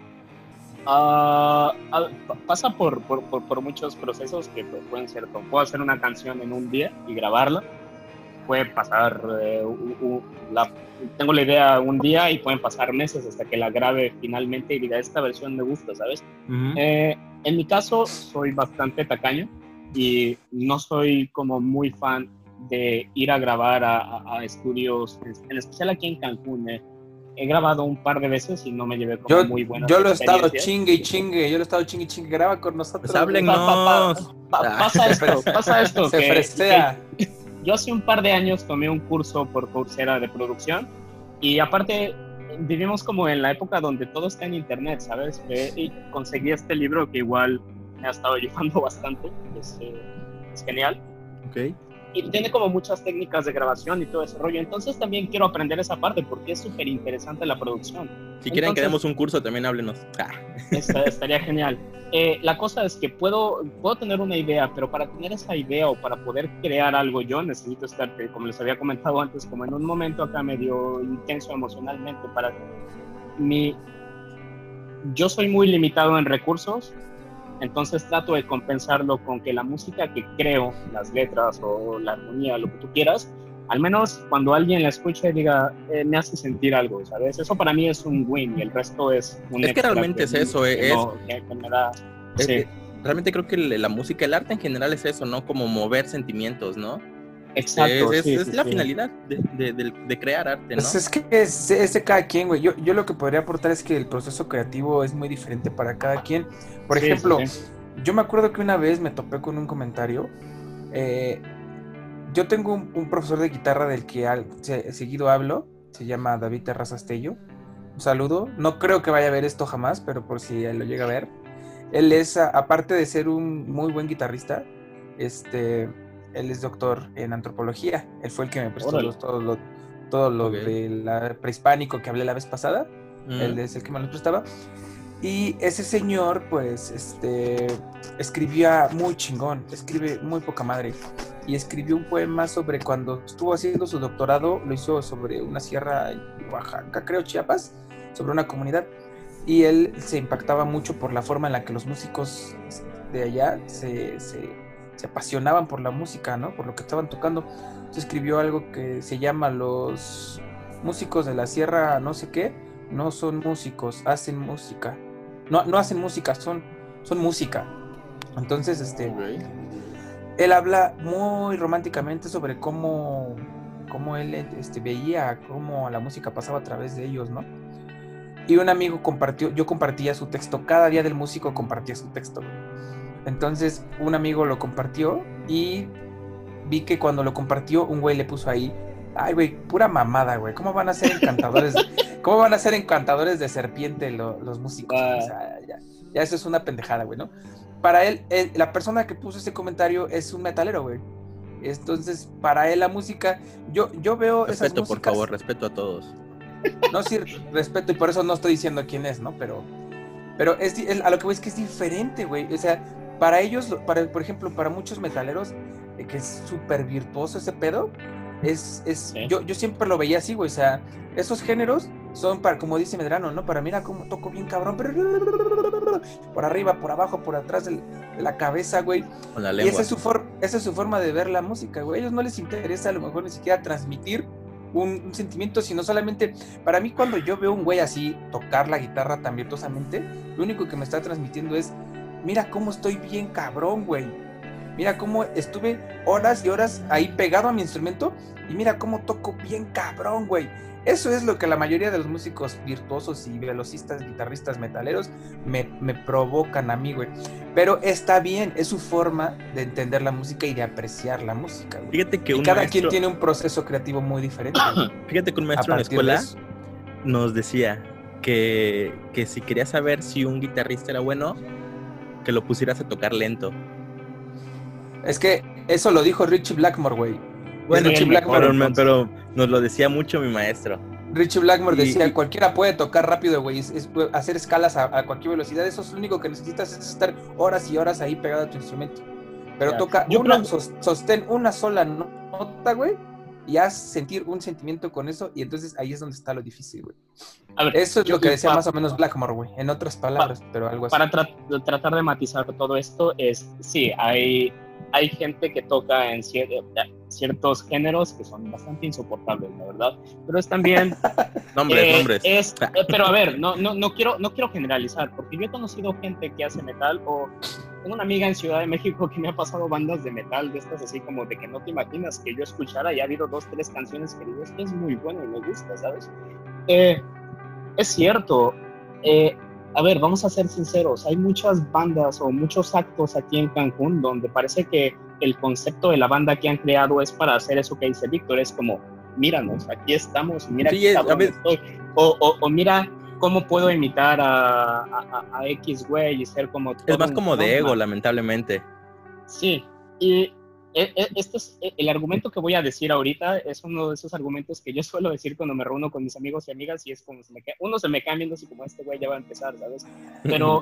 Pasa por muchos procesos que pueden ser, puedo hacer una canción en un día y grabarla. Puede pasar, tengo la idea un día y pueden pasar meses hasta que la grabe finalmente y diga, esta versión me gusta, ¿sabes? En mi caso, soy bastante tacaño y no soy como muy fan de ir a grabar a estudios, en especial aquí en Cancún. He grabado un par de veces y no me llevé como muy buenas Yo lo he estado chingue, graba con nosotros. Pues háblennos. Pasa esto. Se fresea. Yo hace un par de años tomé un curso por Coursera de producción y aparte vivimos como en la época donde todo está en internet, ¿sabes? Y conseguí este libro que igual me ha estado ayudando bastante, es genial. Okay. Y tiene como muchas técnicas de grabación y todo ese rollo, entonces también quiero aprender esa parte porque es súper interesante la producción. Si quieren que demos un curso, también háblenos. Estaría genial. La cosa es que puedo tener una idea, pero para tener esa idea o para poder crear algo yo necesito estar, como les había comentado antes, como en un momento acá medio intenso emocionalmente. Yo soy muy limitado en recursos, entonces trato de compensarlo con que la música que creo, las letras o la armonía, lo que tú quieras, al menos cuando alguien la escuche diga, me hace sentir algo, ¿sabes? Eso para mí es un win y el resto es un Es que realmente es eso, que me da... Sí. Realmente creo que la música, el arte en general es eso, ¿no? Como mover sentimientos, ¿no? Exacto. Es la finalidad de crear arte, ¿no? Pues es que es de cada quien, güey. Yo lo que podría aportar es que el proceso creativo es muy diferente para cada quien. Por ejemplo, yo me acuerdo que una vez me topé con un comentario. Yo tengo un profesor de guitarra del que seguido hablo. Se llama David Terrazas Tello. Un saludo. No creo que vaya a ver esto jamás, pero por si él lo llega a ver. Él es, aparte de ser un muy buen guitarrista, él es doctor en antropología. Él fue el que me prestó todo lo de la prehispánico que hablé la vez pasada. Él es el que me lo prestaba. Y ese señor, pues, escribía muy chingón, escribe muy poca madre. Y escribió un poema sobre cuando estuvo haciendo su doctorado, lo hizo sobre una sierra en Oaxaca, creo, Chiapas, sobre una comunidad. Y él se impactaba mucho por la forma en la que los músicos de allá se apasionaban por la música, ¿no? Por lo que estaban tocando. Entonces escribió algo que se llama los músicos de la sierra no sé qué, no son músicos, hacen música. No hacen música, son música. Entonces, él habla muy románticamente sobre cómo él veía cómo la música pasaba a través de ellos, ¿no? Y un amigo yo compartía su texto, cada día del músico compartía su texto. Entonces un amigo lo compartió y vi que cuando lo compartió un güey le puso ahí, ay güey, pura mamada, güey, ¿cómo van a ser encantadores? ¿Cómo van a ser encantadores de serpiente los músicos? O sea, ya eso es una pendejada, güey, ¿no? Para él, la persona que puso ese comentario es un metalero, güey. Entonces, para él la música, yo veo respeto, esas músicas... por favor, respeto a todos. No, sí, respeto, y por eso no estoy diciendo quién es, ¿no? Pero a lo que voy es que es diferente, güey. O sea, para ellos, por ejemplo, para muchos metaleros, que es súper virtuoso ese pedo, ¿sí? Yo siempre lo veía así, güey. O sea, esos géneros son para, como dice Medrano, ¿no? Para mira cómo toco bien cabrón, pero por arriba, por abajo, por atrás de la cabeza, güey. Con la lengua. Y esa es su forma de ver la música, güey. A ellos no les interesa a lo mejor ni siquiera transmitir un sentimiento, sino solamente, para mí cuando yo veo a un güey así tocar la guitarra tan virtuosamente, lo único que me está transmitiendo es, mira cómo estoy bien cabrón, güey. Mira cómo estuve horas y horas ahí pegado a mi instrumento y mira cómo toco bien cabrón, güey. Eso es lo que la mayoría de los músicos virtuosos y velocistas, guitarristas, metaleros me provocan a mí, güey. Pero está bien, es su forma de entender la música y de apreciar la música, güey. Fíjate que cada quien tiene un proceso creativo muy diferente. Fíjate que un maestro en la escuela nos decía que si querías saber si un guitarrista era bueno, que lo pusieras a tocar lento. Es que eso lo dijo Ritchie Blackmore, güey. Bueno, Ritchie Blackmore, pero nos lo decía mucho mi maestro. Ritchie Blackmore decía, cualquiera puede tocar rápido, güey, hacer escalas a cualquier velocidad. Eso es lo único que necesitas, es estar horas y horas ahí pegado a tu instrumento. Pero toca sostén una sola nota, güey, y haz sentir un sentimiento con eso, y entonces ahí es donde está lo difícil, güey. Eso es lo que decía más o menos Blackmore, güey, en otras palabras, pero algo así. Para tratar de matizar todo esto, sí, hay gente que toca en ciertos géneros que son bastante insoportables, la verdad, pero es también nombres. Pero a ver, no quiero generalizar, porque yo he conocido gente que hace metal, o tengo una amiga en Ciudad de México que me ha pasado bandas de metal de estas así como de que no te imaginas que yo escuchara y ha habido 2-3 canciones que digo, esto es muy bueno y me gusta, ¿sabes? Es cierto. A ver, vamos a ser sinceros, hay muchas bandas o muchos actos aquí en Cancún donde parece que el concepto de la banda que han creado es para hacer eso que dice Víctor, es como, míranos, aquí estamos, mira qué cabrón estoy, o mira cómo puedo imitar a X güey y ser como... Es más como de ego, lamentablemente. Sí, y este es el argumento que voy a decir ahorita, es uno de esos argumentos que yo suelo decir cuando me reúno con mis amigos y amigas, y es como uno se me cae viendo así como este güey ya va a empezar, ¿sabes? Pero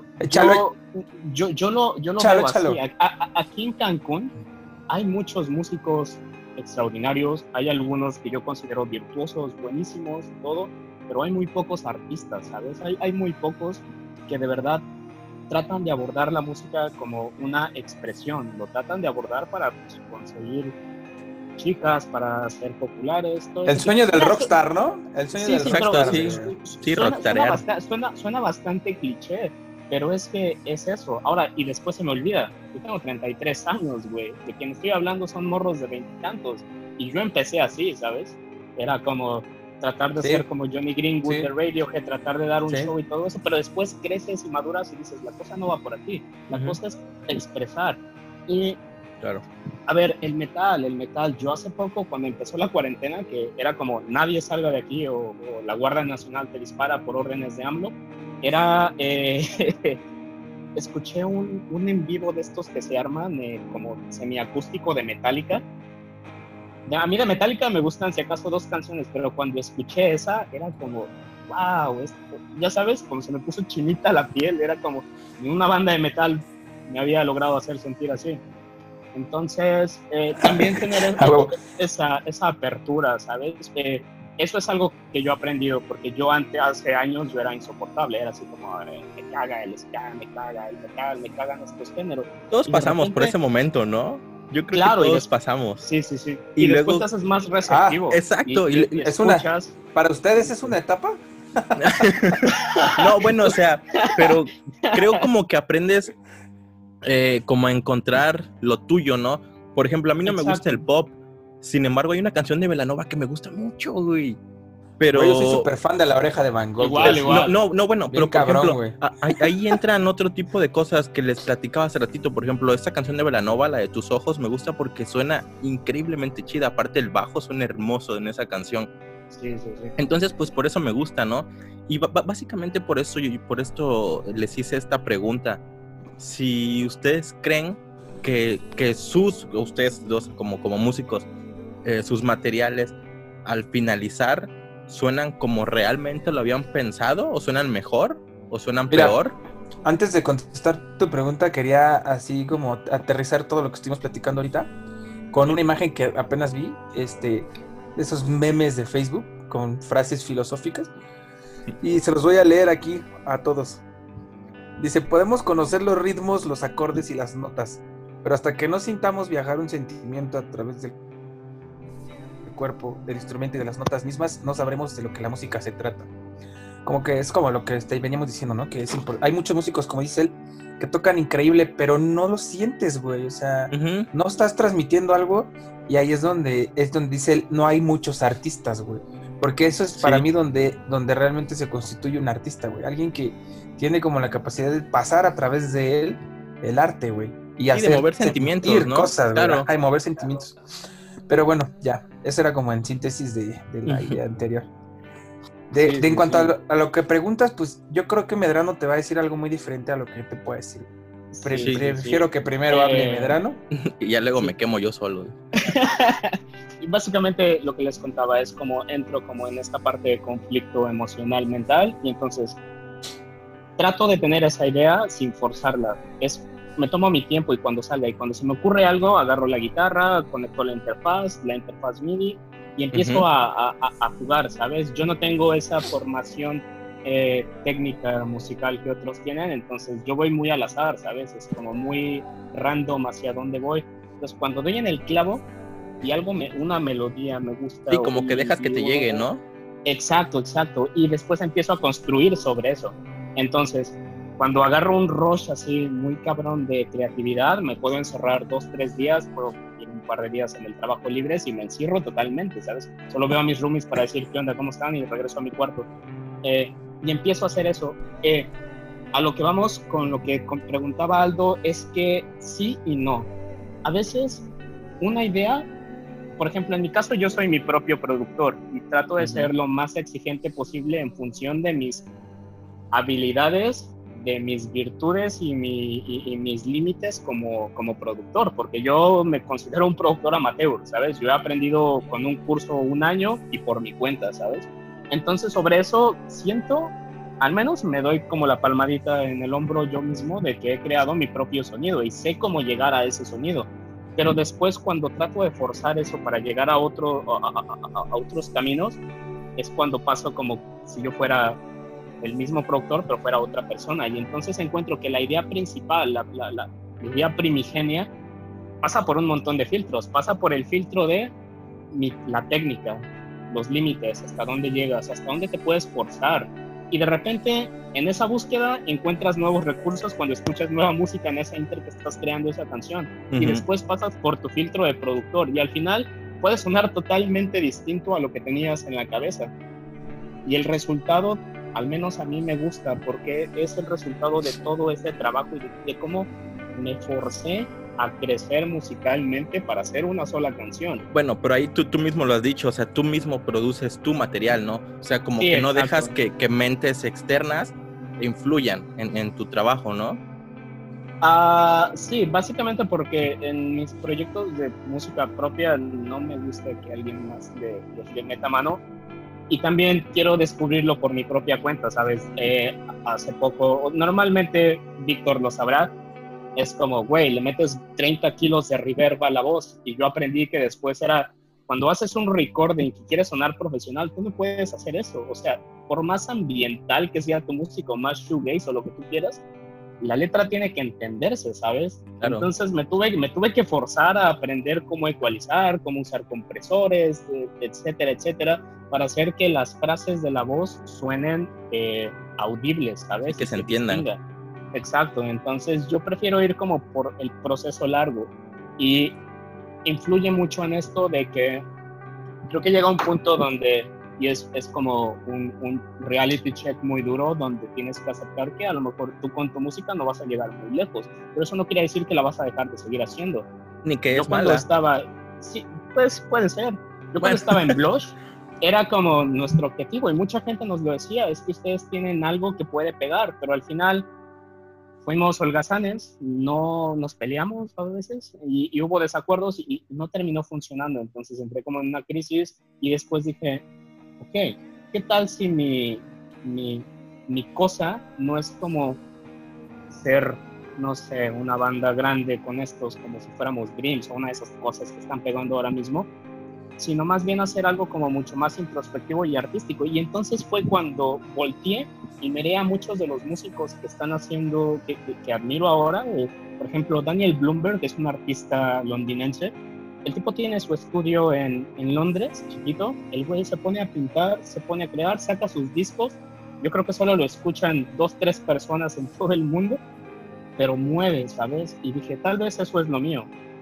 yo lo veo así. Aquí en Cancún hay muchos músicos extraordinarios, hay algunos que yo considero virtuosos, buenísimos, todo, pero hay muy pocos artistas, ¿sabes? Hay muy pocos que de verdad tratan de abordar la música como una expresión, lo tratan de abordar para conseguir chicas, para ser populares. Todo el sueño del rockstar, ¿no? El sueño del rockstar. Sí, suena bastante cliché, pero es que es eso. Ahora, y después se me olvida, yo tengo 33 años, güey. De quien estoy hablando son morros de 20 y tantos. Y yo empecé así, ¿sabes? Era como tratar de ser como Johnny Greenwood de Radiohead, tratar de dar un show y todo eso, pero después creces y maduras y dices, la cosa no va por aquí, la cosa es expresar. Y, claro. A ver, el metal, yo hace poco, cuando empezó la cuarentena, que era como nadie salga de aquí o la Guardia Nacional te dispara por órdenes de AMLO, era, escuché un en vivo de estos que se arman como semiacústico de Metallica. A mí de Metallica me gustan si acaso 2 canciones, pero cuando escuché esa era como, wow, ya sabes, como se me puso chinita la piel, era como una banda de metal me había logrado hacer sentir así. Entonces, también tener esa apertura, ¿sabes? Eso es algo que yo he aprendido, porque yo hace años yo era insoportable, era así como, me caga el ska, me caga el metal, me cagan estos géneros. Todos pasamos por ese momento, ¿no? Yo creo que todos pasamos. Sí. Y después luego te haces más receptivo. Exacto. Y es ¿Para ustedes es una etapa? No, bueno, o sea, pero creo como que aprendes como a encontrar lo tuyo, ¿no? Por ejemplo, a mí no me gusta el pop. Sin embargo, hay una canción de Belanova que me gusta mucho, güey. Pero yo soy súper fan de La Oreja de Van Gogh. Igual. No, bueno, bien pero cabrón, por ejemplo, ahí entran otro tipo de cosas que les platicaba hace ratito. Por ejemplo, esta canción de Belanova, la de Tus Ojos, me gusta porque suena increíblemente chida. Aparte, el bajo suena hermoso en esa canción. Sí. Entonces, pues por eso me gusta, ¿no? Y básicamente por eso y por esto les hice esta pregunta. Si ustedes creen que ustedes dos como músicos, sus materiales al finalizar suenan como realmente lo habían pensado, o suenan mejor, o suenan peor. Antes de contestar tu pregunta, quería así como aterrizar todo lo que estuvimos platicando ahorita con una imagen que apenas vi, esos memes de Facebook con frases filosóficas, y se los voy a leer aquí a todos. Dice: podemos conocer los ritmos, los acordes y las notas, pero hasta que no sintamos viajar un sentimiento a través del cuerpo, del instrumento y de las notas mismas, no sabremos de lo que la música se trata. Como que es como lo que veníamos diciendo, ¿no? Que hay muchos músicos, como dice él, que tocan increíble, pero no lo sientes, güey. O sea, no estás transmitiendo algo, y ahí es donde dice él, no hay muchos artistas, güey. Porque eso es para mí donde realmente se constituye un artista, güey. Alguien que tiene como la capacidad de pasar a través de él el arte, güey. Y hacer de mover sentimientos, ¿no? Cosas, claro. Güey. Mover sentimientos. Pero bueno, ya, eso era como en síntesis de la idea anterior. En cuanto a lo que preguntas, pues yo creo que Medrano te va a decir algo muy diferente a lo que yo te puedo decir. Prefiero que primero hable Medrano. Y ya luego me quemo yo solo. Y básicamente lo que les contaba es como entro como en esta parte de conflicto emocional mental, y entonces trato de tener esa idea sin forzarla. Me tomo mi tiempo, y cuando salga y cuando se me ocurre algo, agarro la guitarra, conecto la interfaz MIDI y empiezo a jugar, ¿sabes? Yo no tengo esa formación técnica musical que otros tienen, entonces yo voy muy al azar, ¿sabes? Es como muy random hacia dónde voy. Entonces cuando doy en el clavo y una melodía me gusta... Sí, como que dejas que te llegue, ¿no? Exacto. Y después empiezo a construir sobre eso. Entonces, cuando agarro un rush así muy cabrón de creatividad, me puedo encerrar 2-3 días, puedo ir un par de días en el trabajo libres y me encierro totalmente, ¿sabes? Solo veo a mis roomies para decir qué onda, cómo están, y regreso a mi cuarto. Y empiezo a hacer eso. A lo que vamos con lo que preguntaba Aldo es que sí y no. A veces una idea, por ejemplo, en mi caso yo soy mi propio productor y trato de ser lo más exigente posible en función de mis habilidades, de mis virtudes y mis límites como productor, porque yo me considero un productor amateur, ¿sabes? Yo he aprendido con un curso 1 año y por mi cuenta, ¿sabes? Entonces sobre eso siento, al menos me doy como la palmadita en el hombro yo mismo de que he creado mi propio sonido y sé cómo llegar a ese sonido. Pero después cuando trato de forzar eso para llegar a otros caminos, es cuando paso como si yo fuera el mismo productor, pero fuera otra persona. Y entonces encuentro que la idea principal, la idea primigenia, pasa por un montón de filtros. Pasa por el filtro de la técnica, los límites, hasta dónde llegas, hasta dónde te puedes forzar. Y de repente, en esa búsqueda, encuentras nuevos recursos cuando escuchas nueva música en esa inter que estás creando esa canción. Y después pasas por tu filtro de productor y al final puede sonar totalmente distinto a lo que tenías en la cabeza. Y el resultado, al menos a mí me gusta, porque es el resultado de todo ese trabajo y de cómo me forcé a crecer musicalmente para hacer una sola canción. Bueno, pero ahí tú mismo lo has dicho, o sea, tú mismo produces tu material, ¿no? O sea, como Sí, que no exacto. dejas que mentes externas influyan en tu trabajo, ¿no? Sí, básicamente porque en mis proyectos de música propia no me gusta que alguien más le meta mano. Y también quiero descubrirlo por mi propia cuenta, ¿sabes? Hace poco, normalmente Víctor lo sabrá, es como, güey, le metes 30 kilos de reverb a la voz. Y yo aprendí que después era, cuando haces un recording que quieres sonar profesional, tú no puedes hacer eso. O sea, por más ambiental que sea tu música, o más shoegaze o lo que tú quieras, la letra tiene que entenderse, ¿sabes? Claro. Entonces me tuve que forzar a aprender cómo ecualizar, cómo usar compresores, etcétera, etcétera, para hacer que las frases de la voz suenen audibles, ¿sabes? Sí, que se entiendan. Exacto, entonces yo prefiero ir como por el proceso largo y influye mucho en esto de que creo que llega un punto donde, y es como un reality check muy duro, donde tienes que aceptar que a lo mejor tú con tu música no vas a llegar muy lejos, pero eso no quiere decir que la vas a dejar de seguir haciendo. Ni que yo es cuando mala. estaba, sí, pues puede ser, yo cuando estaba en Blush, era como nuestro objetivo y mucha gente nos lo decía, es que ustedes tienen algo que puede pegar, pero al final fuimos holgazanes, no nos peleamos a veces y hubo desacuerdos y no terminó funcionando. Entonces entré como en una crisis y después dije, ok, ¿qué tal si mi cosa no es como ser, no sé, una banda grande con estos como si fuéramos Dreams o una de esas cosas que están pegando ahora mismo, sino más bien hacer algo como mucho más introspectivo y artístico? Y entonces fue cuando volteé y miré a muchos de los músicos que están haciendo, que admiro ahora, por ejemplo, Daniel Bloomberg, que es un artista londinense. El tipo tiene su estudio en Londres, chiquito. El güey se pone a pintar, se pone a crear, saca sus discos. Yo creo que solo lo escuchan 2-3 personas en todo el mundo, pero mueve, ¿sabes? Y dije, tal vez eso es lo mío.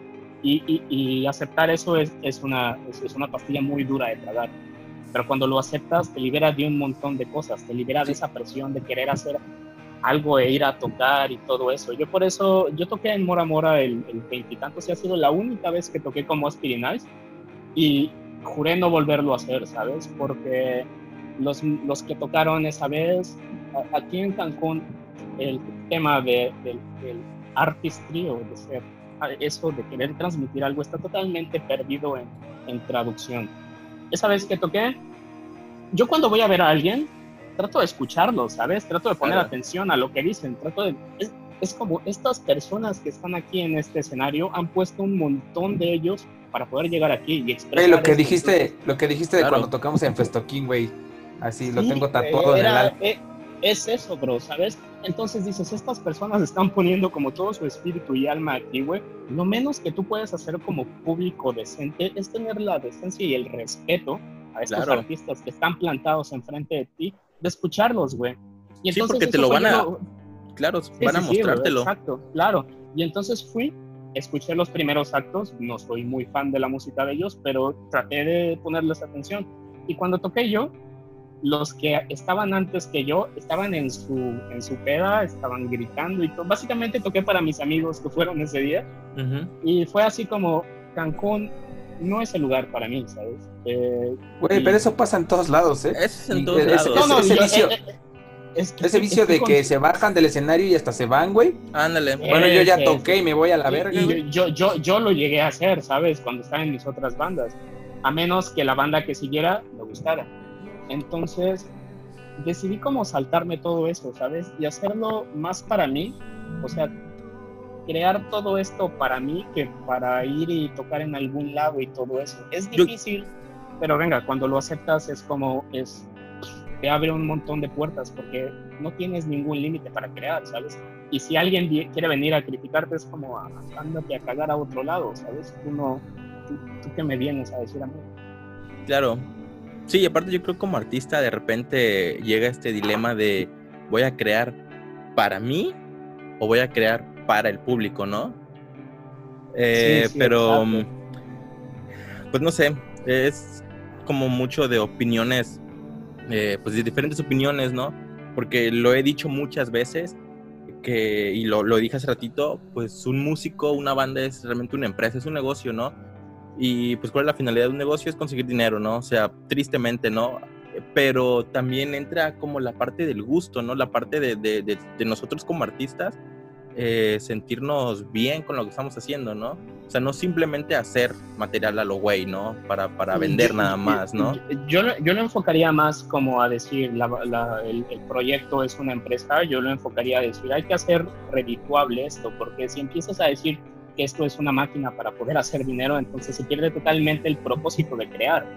Y aceptar eso es una pastilla muy dura de tragar. Pero cuando lo aceptas, te libera de un montón de cosas, te libera de esa presión de querer hacer algo e ir a tocar y todo eso. Yo por eso, yo toqué en Mora Mora el 20 y tanto, sí ha sido la única vez que toqué como Aspirinize y juré no volverlo a hacer, ¿sabes? Porque los que tocaron esa vez, aquí en Cancún, el tema del artistry o de ser eso de querer transmitir algo está totalmente perdido en traducción. Esa vez que toqué, yo cuando voy a ver a alguien, trato de escucharlo, ¿sabes? Trato de poner atención a lo que dicen, es como estas personas que están aquí en este escenario han puesto un montón de ellos para poder llegar aquí y expresar lo que dijiste de cuando tocamos en Festoquín, güey, así sí, lo tengo tatuado en el alma. Es eso, bro, ¿sabes? Entonces dices, estas personas están poniendo como todo su espíritu y alma aquí, güey. Lo menos que tú puedes hacer como público decente es tener la decencia y el respeto a estos artistas que están plantados enfrente de ti, de escucharlos, güey. Y entonces porque te lo van a... Claro, van a mostrártelo. Bro, exacto, claro. Y entonces fui, escuché los primeros actos, no soy muy fan de la música de ellos, pero traté de ponerles atención. Y cuando toqué yo, los que estaban antes que yo estaban en su peda, estaban gritando y todo. Básicamente toqué para mis amigos que fueron ese día. Y fue así como, Cancún no es el lugar para mí, ¿sabes? Güey, pero eso pasa en todos lados, ¿eh? Eso es en todos lados. Ese vicio de que se bajan del escenario y hasta se van, güey. Ándale. Bueno, yo ya toqué y me voy a la verga, güey. Yo lo llegué a hacer, ¿sabes? Cuando estaba en mis otras bandas. A menos que la banda que siguiera me gustara. Entonces decidí como saltarme todo eso, ¿sabes? Y hacerlo más para mí, o sea, crear todo esto para mí que para ir y tocar en algún lado y todo eso. Es difícil, pero venga, cuando lo aceptas es como, te abre un montón de puertas porque no tienes ningún límite para crear, ¿sabes? Y si alguien quiere venir a criticarte es como, ándate a cagar a otro lado, ¿sabes? Tú ¿tú qué me vienes a decir a mí? Claro. Sí, y aparte yo creo que como artista de repente llega este dilema de ¿voy a crear para mí o voy a crear para el público, no? Pero exacto. pues no sé, es como mucho de opiniones, pues de diferentes opiniones, ¿no? Porque lo he dicho muchas veces y lo dije hace ratito, pues un músico, una banda es realmente una empresa, es un negocio, ¿no? Y pues ¿cuál es la finalidad de un negocio? Es conseguir dinero, ¿no? O sea, tristemente, ¿no? Pero también entra como la parte del gusto, ¿no? La parte de nosotros como artistas, sentirnos bien con lo que estamos haciendo, ¿no? O sea, no simplemente hacer material a lo güey, ¿no? Para vender nada más, ¿no? Yo lo enfocaría más como a decir, el proyecto es una empresa, yo lo enfocaría a decir, hay que hacer redituable esto, porque si empiezas a decir que esto es una máquina para poder hacer dinero, entonces se pierde totalmente el propósito de crear.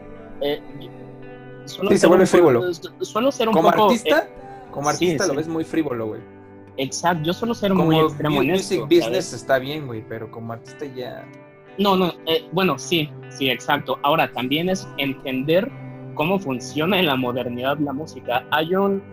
Sí, se vuelve frívolo. Suelo ser un como poco... como artista lo ves muy frívolo, güey. Exacto, yo suelo ser como muy extremo en esto. Music business, ¿sabes? Está bien, güey, pero como artista ya... No, bueno, sí, exacto. Ahora, también es entender cómo funciona en la modernidad la música. Hay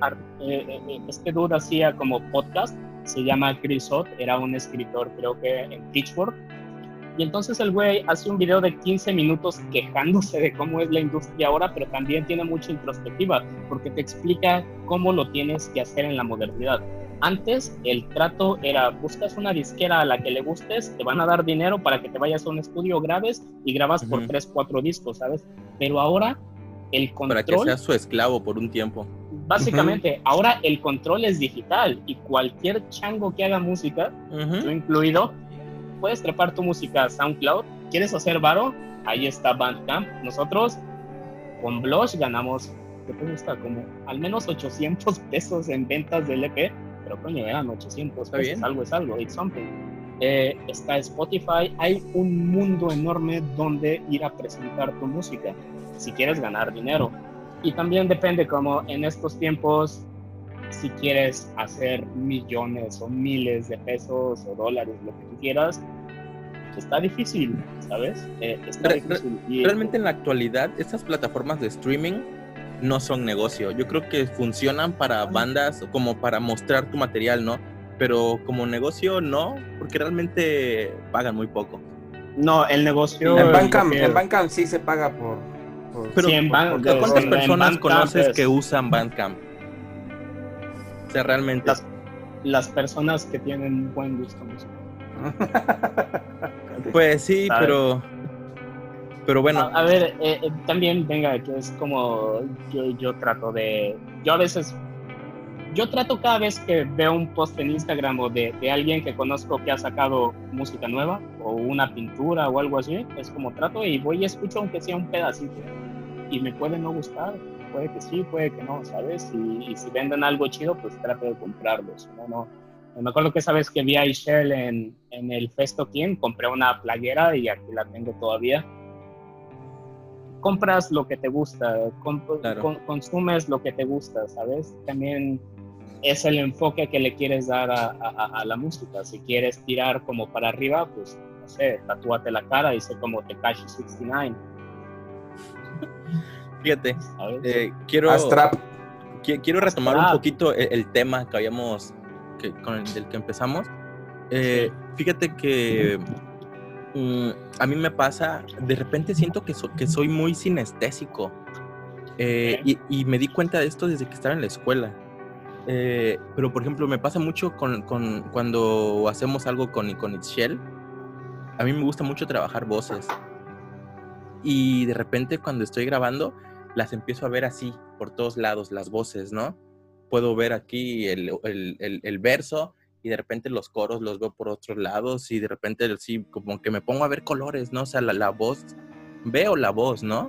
este dude hacía como podcast, se llama Chris Ott, era un escritor creo que en Pitchfork, y entonces el güey hace un video de 15 minutos quejándose de cómo es la industria ahora, pero también tiene mucha introspectiva, porque te explica cómo lo tienes que hacer en la modernidad. Antes el trato era, buscas una disquera a la que le gustes, te van a dar dinero para que te vayas a un estudio, grabes y grabas por 3-4 discos, ¿sabes? Pero ahora el control... Para que seas su esclavo por un tiempo. Básicamente, ahora el control es digital y cualquier chango que haga música, yo incluido, puedes trepar tu música a SoundCloud. ¿Quieres hacer varo? Ahí está Bandcamp. Nosotros con Blush ganamos, ¿qué te gusta? Como al menos 800 pesos en ventas del EP, pero coño, eran 800 pesos, bien. Algo es algo, it's something. Está Spotify, hay un mundo enorme donde ir a presentar tu música si quieres ganar dinero. Y también depende, como en estos tiempos, si quieres hacer millones o miles de pesos o dólares, lo que tú quieras, está difícil, ¿sabes? Está difícil. Realmente en la actualidad, estas plataformas de streaming no son negocio. Yo creo que funcionan para bandas, como para mostrar tu material, ¿no? Pero como negocio no, porque realmente pagan muy poco. No, el negocio... En Bandcamp sí se paga por... Pero sí, ¿cuántas personas conoces que usan Bandcamp? O sea, realmente... Las personas que tienen buen gusto musical. Pues sí, pero bueno. A ver, también, venga, que es como yo trato de... Yo trato cada vez que veo un post en Instagram o de alguien que conozco que ha sacado música nueva o una pintura o algo así, es como trato y voy y escucho aunque sea un pedacito. Y me puede no gustar, puede que sí, puede que no, ¿sabes? Y si venden algo chido, pues trato de comprarlos. No. Me acuerdo que esa vez que vi a Ishel en el Festo King, compré una playera y aquí la tengo todavía. Compras lo que te gusta, claro. Consumes lo que te gusta, ¿sabes? También es el enfoque que le quieres dar a la música. Si quieres tirar como para arriba, pues, no sé, tatúate la cara y sé como Tekashi 69. Fíjate, quiero retomar un poquito el tema que habíamos, del que empezamos. Fíjate que a mí me pasa, de repente siento que soy muy sinestésico. Y me di cuenta de esto desde que estaba en la escuela. Pero por ejemplo me pasa mucho cuando hacemos algo con Itziel. A mí me gusta mucho trabajar voces. Y de repente cuando estoy grabando las empiezo a ver así por todos lados, las voces, ¿no? Puedo ver aquí el verso y de repente los coros los veo por otros lados y de repente sí, como que me pongo a ver colores, ¿no? O sea, la voz, veo la voz, ¿no?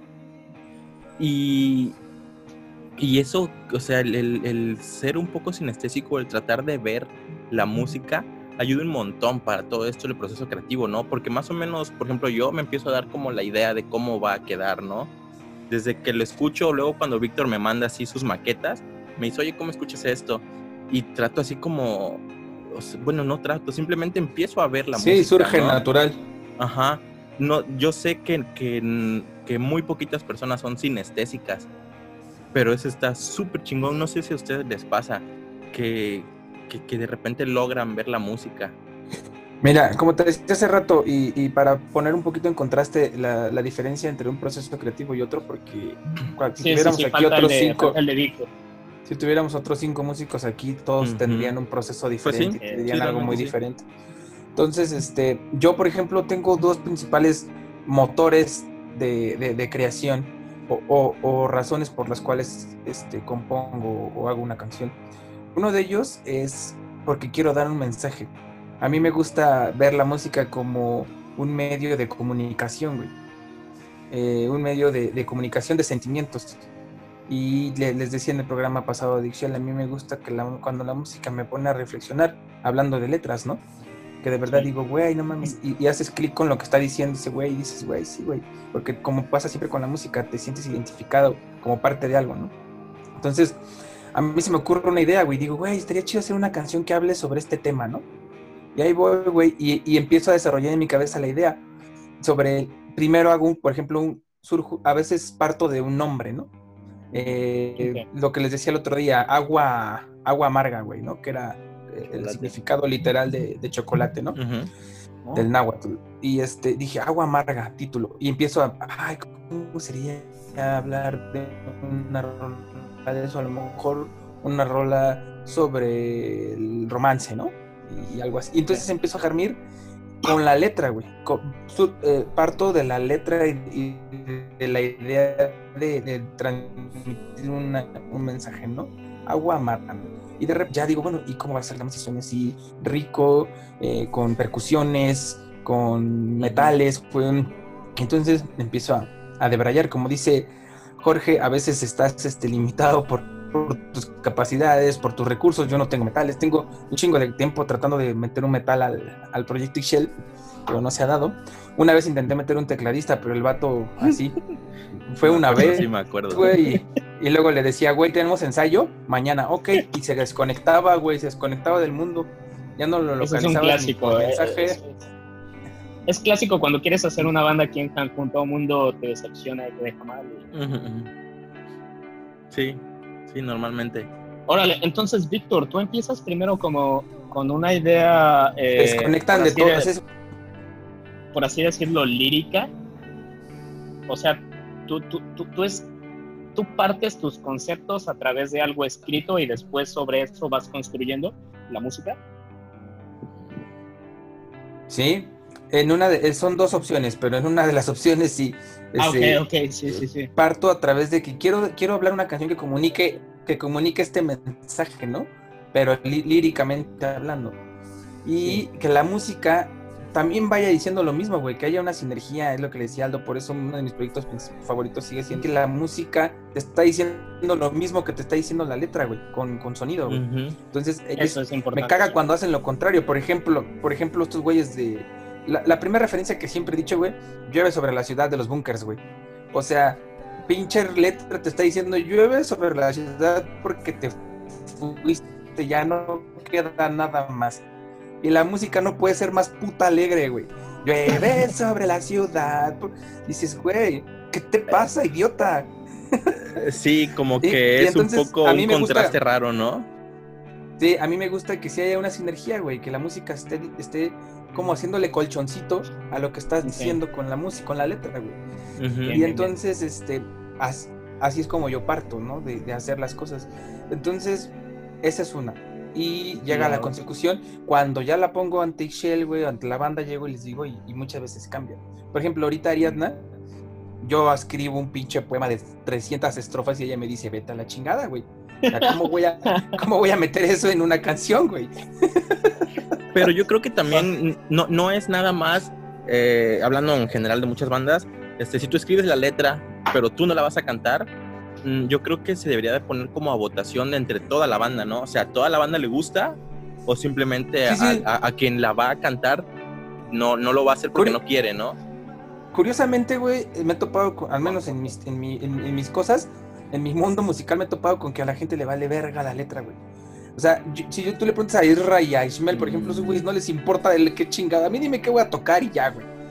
Y eso, o sea, el ser un poco sinestésico, el tratar de ver la música, ayuda un montón para todo esto, el proceso creativo, ¿no? Porque más o menos, por ejemplo, yo me empiezo a dar como la idea de cómo va a quedar, ¿no? Desde que lo escucho, luego cuando Víctor me manda así sus maquetas, me dice, oye, ¿cómo escuchas esto? Y trato así como, bueno, no trato, simplemente empiezo a ver la música. Sí, surge, ¿no? Natural. Ajá. no, yo sé que muy poquitas personas son sinestésicas, pero eso está súper chingón. No sé si a ustedes les pasa que de repente logran ver la música. Mira, como te decía hace rato, y para poner un poquito en contraste la diferencia entre un proceso creativo y otro, porque si tuviéramos aquí otros 5, si tuviéramos otros 5 músicos aquí, todos tendrían un proceso diferente, pues tendrían algo muy diferente. Entonces, yo, por ejemplo, tengo 2 principales motores de creación o razones por las cuales compongo o hago una canción. Uno de ellos es porque quiero dar un mensaje. A mí me gusta ver la música como un medio de comunicación, güey. Un medio de comunicación de sentimientos. Y les decía en el programa pasado de Ixchel, a mí me gusta que cuando la música me pone a reflexionar, hablando de letras, ¿no? Que de verdad digo, güey, no mames, y haces clic con lo que está diciendo ese güey, y dices, güey, sí, güey. Porque como pasa siempre con la música, te sientes identificado como parte de algo, ¿no? Entonces, a mí se me ocurre una idea, güey. Digo, güey, estaría chido hacer una canción que hable sobre este tema, ¿no? Y ahí voy, güey, y empiezo a desarrollar en mi cabeza la idea sobre, primero hago, por ejemplo, a veces parto de un nombre, ¿no? Lo que les decía el otro día, agua amarga, güey, ¿no? Que era el significado literal de chocolate, ¿no? Del náhuatl. Y dije, agua amarga, título. Y empiezo ay, ¿cómo sería hablar de una rola de eso? A lo mejor una rola sobre el romance, ¿no? Y algo así. Y entonces empiezo a germir con la letra, güey. Parto de la letra y de la idea de transmitir un mensaje, ¿no? Agua amarga. Y de repente ya digo, bueno, ¿y cómo va a ser la música? Así rico, con percusiones, con metales. Entonces empiezo a debrayar. Como dice Jorge, a veces estás limitado por tus capacidades, por tus recursos. Yo no tengo metales, tengo un chingo de tiempo tratando de meter un metal al proyecto Ixchel, pero no se ha dado. Una vez intenté meter un tecladista, pero el vato así fue una vez. Sí, me acuerdo. Güey, y luego le decía, güey, tenemos ensayo mañana, ok, y se desconectaba, güey, se desconectaba del mundo, ya no lo localizaba. Es un clásico, es clásico cuando quieres hacer una banda aquí en Cancún, todo el mundo te decepciona y te deja mal. Sí, normalmente. Órale, entonces, Víctor, tú empiezas primero como con una idea... desconectan de todo eso. Por así decirlo, lírica. O sea, tú partes tus conceptos a través de algo escrito y después sobre eso vas construyendo la música. Sí, son 2 opciones, pero en una de las opciones sí. Sí. Parto a través de que quiero hablar una canción que comunique este mensaje, ¿no? Pero líricamente hablando. Y que la música también vaya diciendo lo mismo, güey, que haya una sinergia, es lo que le decía Aldo, por eso uno de mis proyectos favoritos sigue siendo que la música te está diciendo lo mismo que te está diciendo la letra, güey, con sonido, güey. Entonces, eso es importante. Me caga cuando hacen lo contrario. Por ejemplo, estos güeyes de... La primera referencia que siempre he dicho, güey, llueve sobre la ciudad de los bunkers, güey. O sea, pinche letra te está diciendo llueve sobre la ciudad porque te fuiste, ya no queda nada más. Y la música no puede ser más puta alegre, güey. Llueve sobre la ciudad. Dices, güey, ¿qué te pasa, idiota? Sí, como que es entonces, un poco un contraste raro, ¿no? Sí, a mí me gusta que sí haya una sinergia, güey, que la música esté como haciéndole colchoncito a lo que estás diciendo con la música, con la letra, güey. Y entonces, así es como yo parto, ¿no? De hacer las cosas. Entonces, esa es una. Y llega la consecución, cuando ya la pongo ante Ixchel, güey, ante la banda, llego y les digo, y muchas veces cambia. Por ejemplo, ahorita Ariadna, yo escribo un pinche poema de 300 estrofas y ella me dice, vete a la chingada, güey. O sea, ¿cómo voy a meter eso en una canción, güey? Pero yo creo que también no es nada más, hablando en general de muchas bandas, si tú escribes la letra, pero tú no la vas a cantar, yo creo que se debería de poner como a votación entre toda la banda, ¿no? O sea, ¿a toda la banda le gusta? O simplemente sí. A quien la va a cantar no lo va a hacer porque no quiere, ¿no? Curiosamente, güey, me he topado, al menos en mis cosas, en mi mundo musical me he topado con que a la gente le vale verga la letra, güey. O sea, si tú le preguntas a Isra y a Ishmael, por ejemplo, esos güeyes no les importa de qué chingada. A mí dime qué voy a tocar y ya, güey.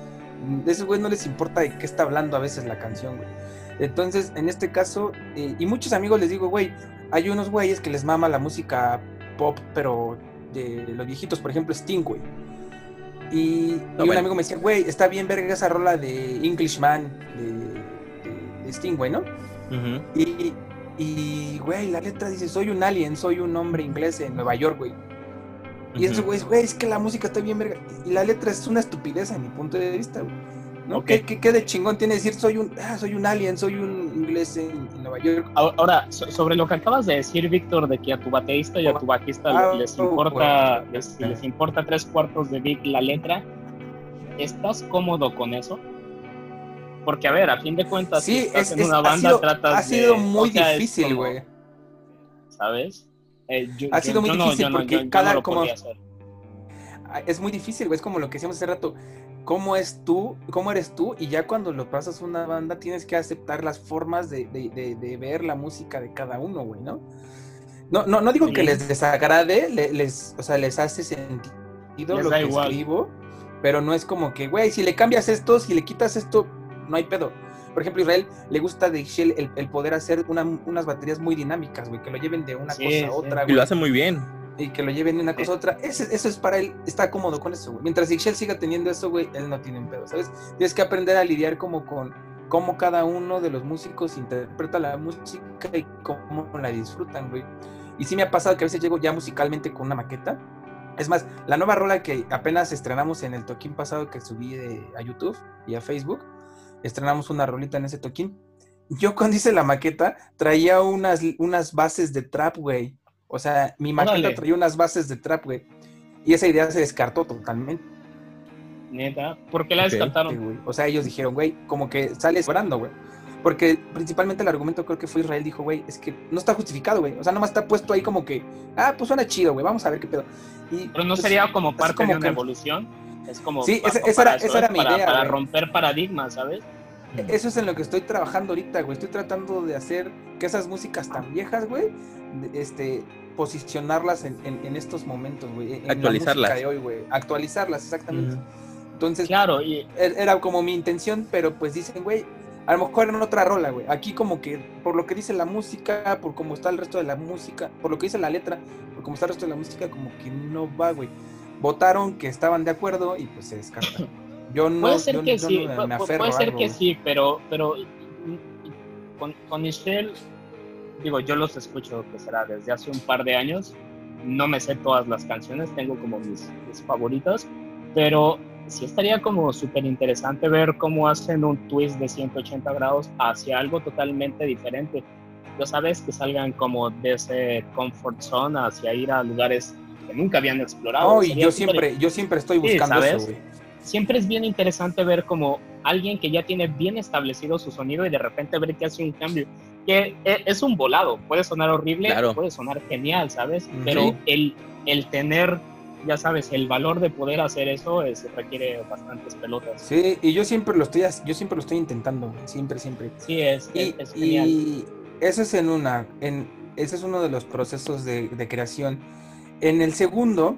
A esos güey no les importa de qué está hablando a veces la canción, güey. Entonces, en este caso, y muchos amigos les digo, güey, hay unos güeyes que les mama la música pop, pero de los viejitos, por ejemplo, Sting, güey. Y un amigo me decía, güey, está bien verga esa rola de Englishman, de Sting, güey, ¿no? Uh-huh. Y, güey, la letra dice, soy un alien, soy un hombre inglés en Nueva York, güey. Y eso, güey, es que la música está bien verga. Y la letra es una estupidez a mi punto de vista, güey. ¿No? Okay. ¿Qué de chingón tiene decir soy un alien, soy un inglés en Nueva York? Ahora, sobre lo que acabas de decir, Víctor, de que a tu baterista y a tu bajista les importa 3/4 de beat la letra, ¿estás cómodo con eso? Porque, a ver, a fin de cuentas, sí, si estás en una banda, ha sido muy difícil, güey. ¿Sabes? Ha sido muy difícil porque cada... Es muy difícil, güey, es como lo que decíamos hace rato. ¿Cómo eres tú? Y ya cuando lo pasas a una banda tienes que aceptar las formas de ver la música de cada uno, güey, ¿no? No digo que les desagrade, les hace sentido lo que escribo, pero no es como que, güey, si le cambias esto, si le quitas esto, no hay pedo. Por ejemplo, a Israel le gusta de Ixchel el poder hacer unas baterías muy dinámicas, güey, que lo lleven de una cosa a otra, güey. Y lo hace muy bien. Y que lo lleven de una cosa a otra, eso es para él, está cómodo con eso, güey. Mientras Ixchel siga teniendo eso, güey, él no tiene un pedo, ¿sabes? Tienes que aprender a lidiar como con cómo cada uno de los músicos interpreta la música y cómo la disfrutan, güey. Y sí me ha pasado que a veces llego ya musicalmente con una maqueta. Es más, la nueva rola que apenas estrenamos en el toquín pasado que subí a YouTube y a Facebook, estrenamos una rolita en ese toquín. Yo cuando hice la maqueta traía unas bases de trap, güey. O sea, mi maqueta traía unas bases de trap, güey. Y esa idea se descartó totalmente. ¿Neta? ¿Por qué la descartaron? Güey. O sea, ellos dijeron, güey, como que sale sobrando, güey. Porque principalmente el argumento creo que fue Israel, dijo, güey, es que no está justificado, güey. O sea, nomás está puesto ahí como que, pues suena chido, güey, vamos a ver qué pedo. Pero no sería como parte de una evolución. Es como sí, esa era mi idea. Para romper paradigmas, ¿sabes? Eso es en lo que estoy trabajando ahorita, güey. Estoy tratando de hacer que esas músicas tan viejas, güey, posicionarlas en estos momentos, güey. Actualizarlas. En la música de hoy, güey. Actualizarlas, exactamente. Entonces, claro, era como mi intención, pero pues dicen, güey, a lo mejor en otra rola, güey. Aquí como que, por lo que dice la música, por cómo está el resto de la música, por lo que dice la letra, por cómo está el resto de la música, como que no va, güey. Votaron que estaban de acuerdo y pues se descarta. Yo no, puede ser que sí, me aferro puede ser algo, que sí, pero con Michelle, digo, yo los escucho, que será desde hace un par de años, no me sé todas las canciones, tengo como mis favoritas, pero sí estaría como súper interesante ver cómo hacen un twist de 180 grados hacia algo totalmente diferente. Ya sabes, que salgan como de ese comfort zone hacia ir a lugares que nunca habían explorado. Y yo siempre estoy buscando eso, güey. Siempre es bien interesante ver como alguien que ya tiene bien establecido su sonido y de repente ver que hace un cambio, que es un volado, puede sonar horrible, claro, puede sonar genial, ¿sabes? Pero el tener, ya sabes, el valor de poder hacer eso requiere bastantes pelotas. Sí, y yo siempre lo estoy intentando, siempre. Sí, es genial. Y eso es ese es uno de los procesos de creación. En el segundo,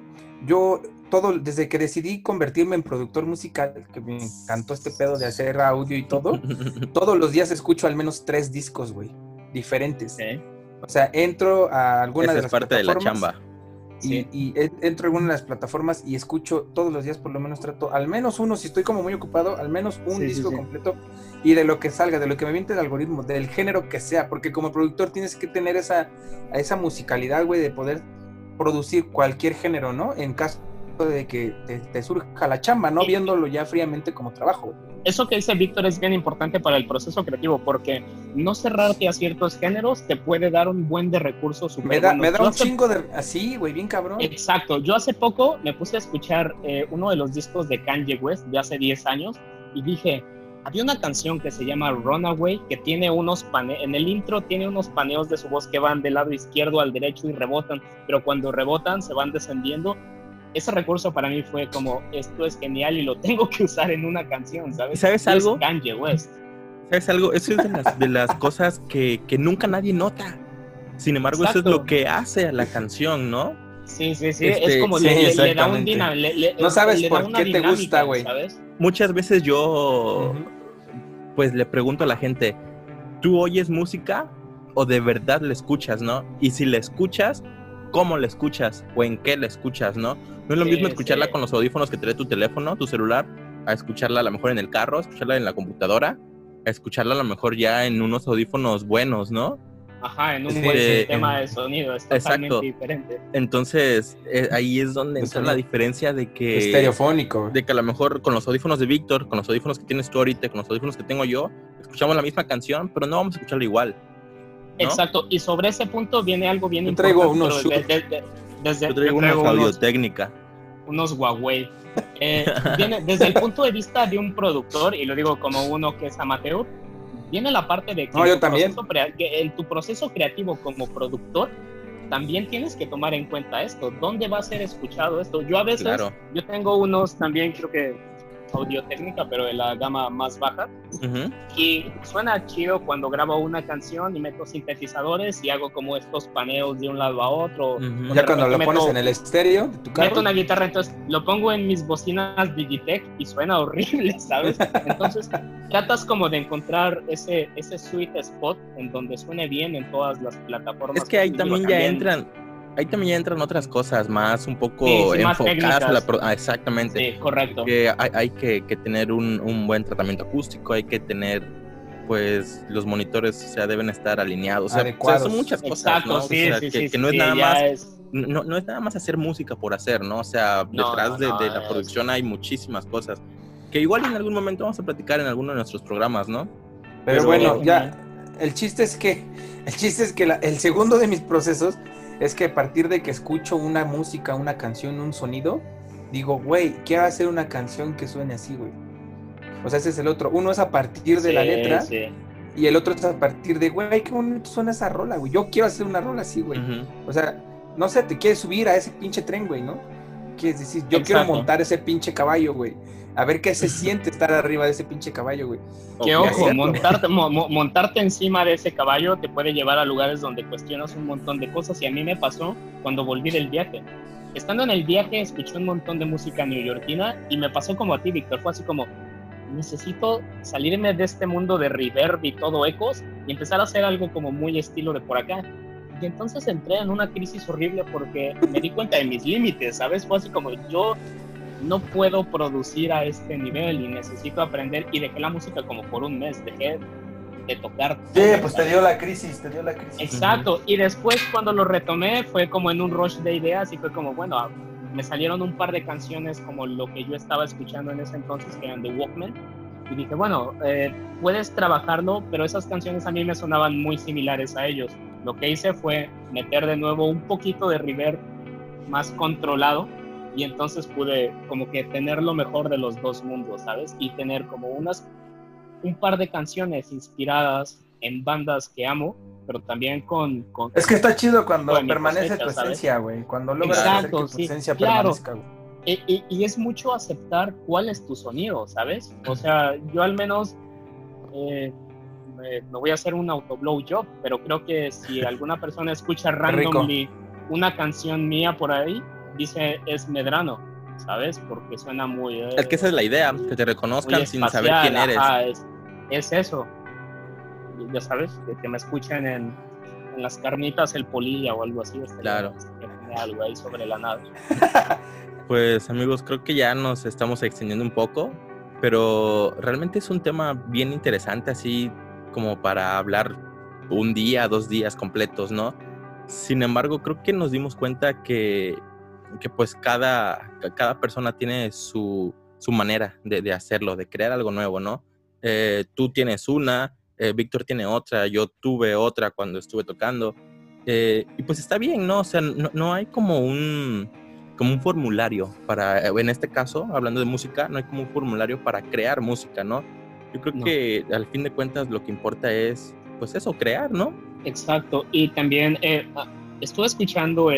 desde que decidí convertirme en productor musical, que me encantó este pedo de hacer audio y todo, todos los días escucho al menos 3 discos, güey, diferentes. O sea, entro a alguna de las plataformas. Esa es parte de la chamba. Y entro a alguna de las plataformas y escucho todos los días, por lo menos trato, al menos uno, si estoy como muy ocupado, al menos un disco completo, y de lo que salga, de lo que me viente el algoritmo, del género que sea, porque como productor tienes que tener esa musicalidad, güey, de poder producir cualquier género, ¿no? En caso de que te surja la chamba, no viéndolo ya fríamente como trabajo. Eso que dice Víctor es bien importante para el proceso creativo, porque no cerrarte a ciertos géneros te puede dar un buen de recursos. Me da un chingo de... Así, güey, bien cabrón. Exacto. Yo hace poco me puse a escuchar uno de los discos de Kanye West de hace 10 años y dije, había una canción que se llama Runaway, que tiene en el intro tiene unos paneos de su voz que van del lado izquierdo al derecho y rebotan, pero cuando rebotan se van descendiendo. Ese recurso para mí fue como, esto es genial y lo tengo que usar en una canción, ¿sabes? ¿Sabes algo? Es Kanye West. ¿Sabes algo? Eso es de las cosas que nunca nadie nota. Sin embargo, exacto, eso es lo que hace a la canción, ¿no? Sí, es como le da un dinamismo. No sabes por qué te gusta, güey. Muchas veces yo, pues le pregunto a la gente, ¿tú oyes música o de verdad la escuchas, no? Y si la escuchas, ¿cómo la escuchas? ¿O en qué la escuchas, no? No es lo mismo escucharla con los audífonos que trae tu teléfono, tu celular, a escucharla a lo mejor en el carro, a escucharla en la computadora, a escucharla a lo mejor ya en unos audífonos buenos, ¿no? Ajá, en un buen sistema de sonido, es totalmente diferente. Entonces, ahí es donde entra la diferencia de que... Estereofónico. De que a lo mejor con los audífonos de Víctor, con los audífonos que tienes tú ahorita, con los audífonos que tengo yo, escuchamos la misma canción, pero no vamos a escucharla igual, ¿no? Exacto, y sobre ese punto viene algo bien importante. Yo traigo unos Audio-Técnica. Unos Huawei. Viene desde el punto de vista de un productor, y lo digo como uno que es amateur, viene la parte de que, en tu proceso creativo como productor también tienes que tomar en cuenta esto. ¿Dónde va a ser escuchado esto? Yo a veces, yo tengo unos también, creo que Audio-Técnica, pero de la gama más baja, y suena chido cuando grabo una canción y meto sintetizadores y hago como estos paneos de un lado a otro. Ya cuando lo pones en el estéreo de tu carro, meto una guitarra, entonces lo pongo en mis bocinas Digitech y suena horrible, ¿sabes? Entonces tratas como de encontrar ese sweet spot en donde suene bien en todas las plataformas. Es que ahí también ya entran otras cosas más un poco enfocadas a la exactamente. Sí, correcto. Que hay que tener un buen tratamiento acústico, hay que tener, pues, los monitores, o sea, deben estar alineados, o sea, son muchas cosas, exacto, ¿no? Que no es nada más no es nada más hacer música por hacer, ¿no? O sea, detrás de la producción hay muchísimas cosas que igual en algún momento vamos a platicar en alguno de nuestros programas, ¿no? Pero bueno, ya el chiste es que el segundo de mis procesos es que a partir de que escucho una música, una canción, un sonido, digo, güey, quiero hacer una canción que suene así, güey. O sea, ese es el otro. Uno es a partir de la letra y el otro es a partir de, güey, qué bonito suena esa rola, güey. Yo quiero hacer una rola así, güey. O sea, no sé, te quieres subir a ese pinche tren, güey, ¿no? Quieres decir, yo quiero montar ese pinche caballo, güey. A ver qué se siente estar arriba de ese pinche caballo, güey. Que ojo, montarte encima de ese caballo te puede llevar a lugares donde cuestionas un montón de cosas. Y a mí me pasó cuando volví del viaje. Estando en el viaje, escuché un montón de música neoyorquina y me pasó como a ti, Víctor. Fue así como, necesito salirme de este mundo de reverb y todo ecos y empezar a hacer algo como muy estilo de por acá. Y entonces entré en una crisis horrible porque me di cuenta de mis límites, ¿sabes? Fue así como, yo no puedo producir a este nivel y necesito aprender, y dejé la música como por un mes, dejé de tocar. Sí, pues te dio la crisis. Exacto, y después cuando lo retomé fue como en un rush de ideas y fue como, bueno, me salieron un par de canciones como lo que yo estaba escuchando en ese entonces, que eran de Walkman, y dije, bueno, puedes trabajarlo, pero esas canciones a mí me sonaban muy similares a ellos. Lo que hice fue meter de nuevo un poquito de reverb más controlado, y entonces pude como que tener lo mejor de los dos mundos, ¿sabes? Y tener como un par de canciones inspiradas en bandas que amo, pero también con es que está chido cuando permanece tu esencia, güey. Cuando logras hacer que tu esencia permanezca, güey. Y es mucho aceptar cuál es tu sonido, ¿sabes? O sea, yo al menos me voy a hacer un autoblow job, pero creo que si alguna persona escucha randomly una canción mía por ahí, dice es Medrano, ¿sabes? Porque suena muy... es que esa es la idea, que te reconozcan sin saber quién eres. Es eso. Ya sabes, que me escuchen en las carnitas el Polilla o algo así. Claro. Algo ahí sobre la nada. Pues amigos, creo que ya nos estamos extendiendo un poco, pero realmente es un tema bien interesante, así como para hablar un día, 2 días completos, ¿no? Sin embargo, creo que nos dimos cuenta que pues cada persona tiene su manera de hacerlo, de crear algo nuevo, ¿no? Tú tienes una, Víctor tiene otra, yo tuve otra cuando estuve tocando, y pues está bien, ¿no? O sea, no hay como un formulario para, en este caso, hablando de música, no hay como un formulario para crear música, ¿no? Yo creo que al fin de cuentas lo que importa es, pues eso, crear, ¿no? Exacto, y también estuve escuchando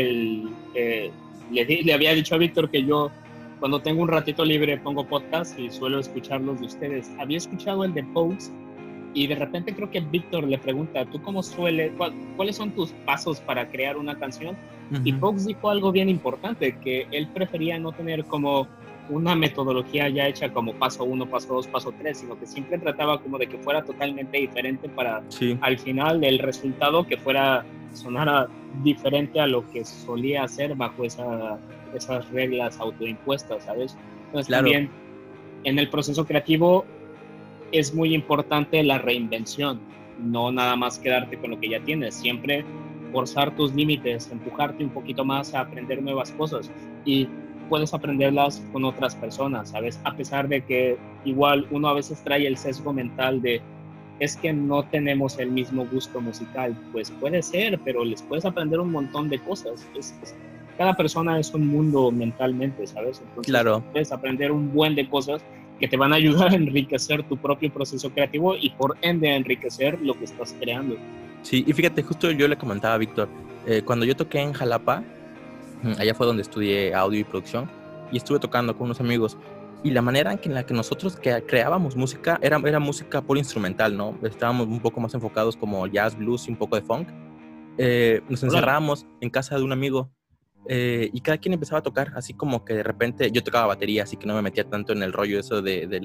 le había dicho a Víctor que yo cuando tengo un ratito libre pongo podcast y suelo escucharlos de ustedes. Había escuchado el de Pose Y de repente creo que Víctor le pregunta, ¿tú cómo cuáles son tus pasos para crear una canción? Y Fox dijo algo bien importante, que él prefería no tener como una metodología ya hecha como paso 1, paso 2, paso 3, sino que siempre trataba como de que fuera totalmente diferente para al final el resultado que sonara diferente a lo que solía hacer bajo esas reglas autoimpuestas, ¿sabes? Entonces también en el proceso creativo es muy importante la reinvención, no nada más quedarte con lo que ya tienes, siempre forzar tus límites, empujarte un poquito más a aprender nuevas cosas y puedes aprenderlas con otras personas, ¿sabes? A pesar de que igual uno a veces trae el sesgo mental de es que no tenemos el mismo gusto musical, pues puede ser, pero les puedes aprender un montón de cosas. Cada persona es un mundo mentalmente, ¿sabes? Entonces puedes aprender un buen de cosas que te van a ayudar a enriquecer tu propio proceso creativo y por ende a enriquecer lo que estás creando. Sí, y fíjate, justo yo le comentaba a Víctor, cuando yo toqué en Jalapa, allá fue donde estudié audio y producción, y estuve tocando con unos amigos, y la manera en la que nosotros creábamos música era música por instrumental, ¿no? Estábamos un poco más enfocados como jazz, blues y un poco de funk. Nos encerrábamos en casa de un amigo, y cada quien empezaba a tocar, así como que de repente yo tocaba batería, así que no me metía tanto en el rollo eso de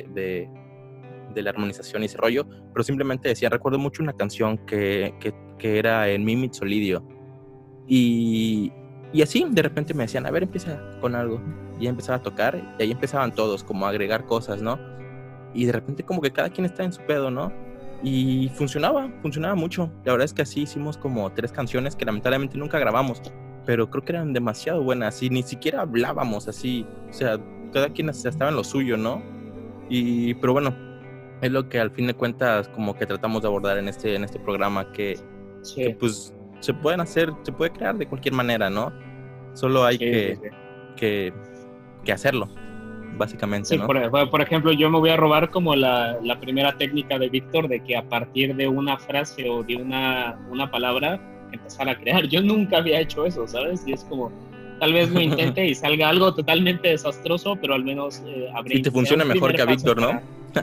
la armonización y ese rollo, pero simplemente decía, recuerdo mucho una canción que era en Mi Mitsolidio, y así de repente me decían, a ver, empieza con algo, y empezaba a tocar, y ahí empezaban todos como a agregar cosas, ¿no? Y de repente como que cada quien está en su pedo, ¿no? Y funcionaba mucho. La verdad es que así hicimos como 3 canciones que lamentablemente nunca grabamos, pero creo que eran demasiado buenas y ni siquiera hablábamos así, o sea, cada quien estaba en lo suyo, ¿no? Pero bueno, es lo que al fin de cuentas como que tratamos de abordar en este programa, que pues se puede crear de cualquier manera, ¿no? Solo hay que hacerlo, básicamente, ¿no? Por ejemplo, yo me voy a robar como la primera técnica de Víctor, de que a partir de una frase o de una palabra empezar a crear. Yo nunca había hecho eso, ¿sabes? Y es como, tal vez lo intente y salga algo totalmente desastroso, pero al menos habré... Y te funciona mejor que a Víctor, ¿no?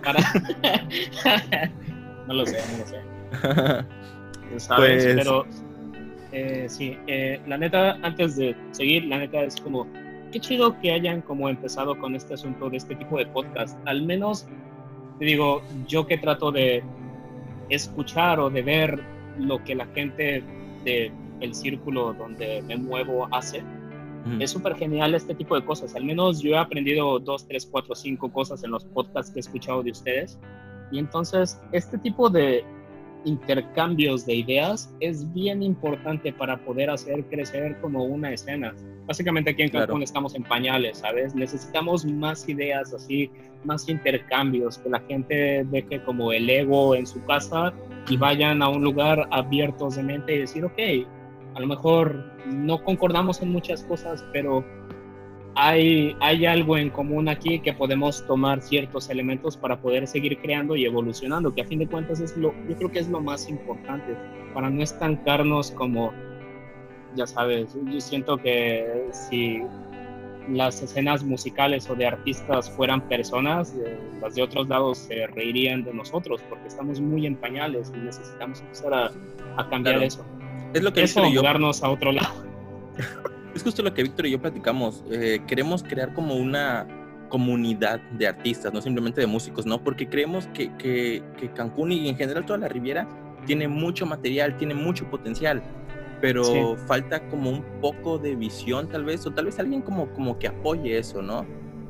No lo sé. ¿Sabes? Pues... Pero la neta, antes de seguir, la neta es como, qué chido que hayan como empezado con este asunto de este tipo de podcast. Al menos, te digo, yo que trato de escuchar o de ver lo que la gente del círculo donde me muevo hace, es súper genial este tipo de cosas. Al menos yo he aprendido 2, 3, 4, 5 cosas en los podcasts que he escuchado de ustedes, y entonces este tipo de intercambios de ideas es bien importante para poder hacer crecer como una escena. Básicamente aquí en Cancún estamos en pañales, ¿sabes? Necesitamos más ideas así, más intercambios, que la gente deje como el ego en su casa y vayan a un lugar abiertos de mente y decir, ok, a lo mejor no concordamos en muchas cosas, pero hay algo en común aquí que podemos tomar ciertos elementos para poder seguir creando y evolucionando, que a fin de cuentas yo creo que es lo más importante, para no estancarnos como, ya sabes, yo siento que si las escenas musicales o de artistas fueran personas, las de otros lados se reirían de nosotros, porque estamos muy en pañales y necesitamos empezar a cambiar eso. Es lo que mudarnos a otro lado. Es justo lo que Víctor y yo platicamos. Queremos crear como una comunidad de artistas, no simplemente de músicos, ¿no? Porque creemos que Cancún y en general toda la Riviera tiene mucho material, tiene mucho potencial, pero falta como un poco de visión tal vez, o tal vez alguien como que apoye eso, ¿no?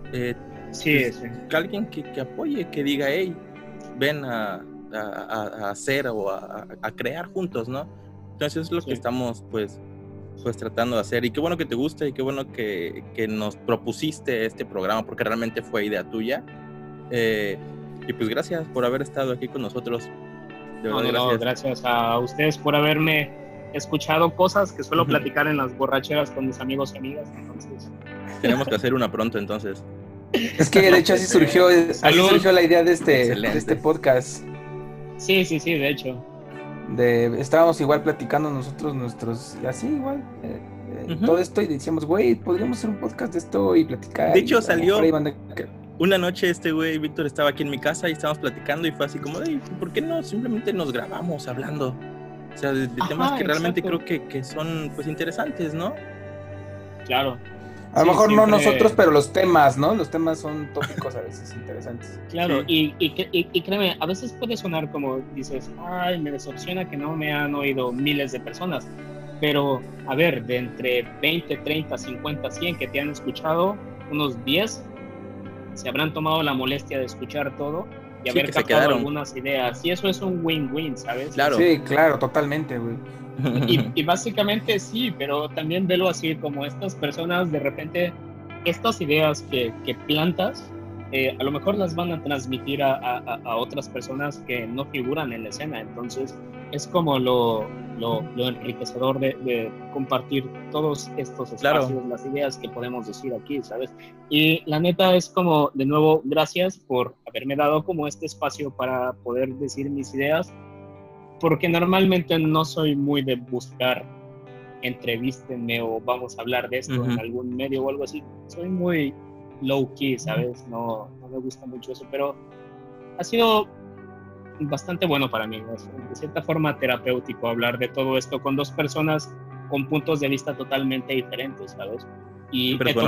Alguien que apoye, que diga, hey, ven a hacer o a crear juntos, ¿no? Entonces es lo que estamos pues tratando de hacer, y qué bueno que te guste y qué bueno que nos propusiste este programa, porque realmente fue idea tuya, y pues gracias por haber estado aquí con nosotros. De verdad, gracias a ustedes por haberme escuchado cosas que suelo platicar en las borracheras con mis amigos y amigas, entonces tenemos que hacer una pronto entonces. Es que de hecho así surgió la idea de este podcast. Sí, de hecho. Estábamos igual platicando nosotros así igual todo esto, y decíamos, güey, podríamos hacer un podcast de esto y platicar. De hecho salió una noche este güey, Víctor, estaba aquí en mi casa y estábamos platicando y fue así como, ¿por qué no simplemente nos grabamos hablando? O sea, de temas que realmente creo que son pues interesantes, ¿no? Claro. A lo mejor siempre... no nosotros, pero los temas, ¿no? Los temas son tópicos a veces interesantes. Claro, sí. y créeme, a veces puede sonar como dices, ay, me decepciona que no me han oído miles de personas. Pero, a ver, de entre 20, 30, 50, 100 que te han escuchado, unos 10 se habrán tomado la molestia de escuchar todo y haber captado algunas ideas. Y eso es un win-win, ¿sabes? Claro. Sí, claro, totalmente, güey. Y básicamente sí, pero también velo así, como estas personas, de repente, estas ideas que plantas, a lo mejor las van a transmitir a otras personas que no figuran en la escena. Entonces, es como lo enriquecedor de compartir todos estos espacios, claro, las ideas que podemos decir aquí, ¿sabes? Y la neta es como, de nuevo, gracias por haberme dado como este espacio para poder decir mis ideas, porque normalmente no soy muy de buscar entrevístenme o vamos a hablar de esto en algún medio o algo así. Soy muy low key, ¿sabes? No me gusta mucho eso, pero ha sido bastante bueno para mí, ¿no? De cierta forma terapéutico hablar de todo esto con dos personas con puntos de vista totalmente diferentes, ¿sabes? Y he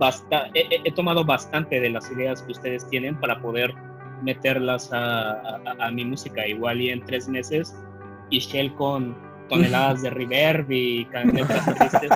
tomado bastante de las ideas que ustedes tienen para poder meterlas a mi música. Igual y en 3 meses Ishel con toneladas de reverb y letras tristes.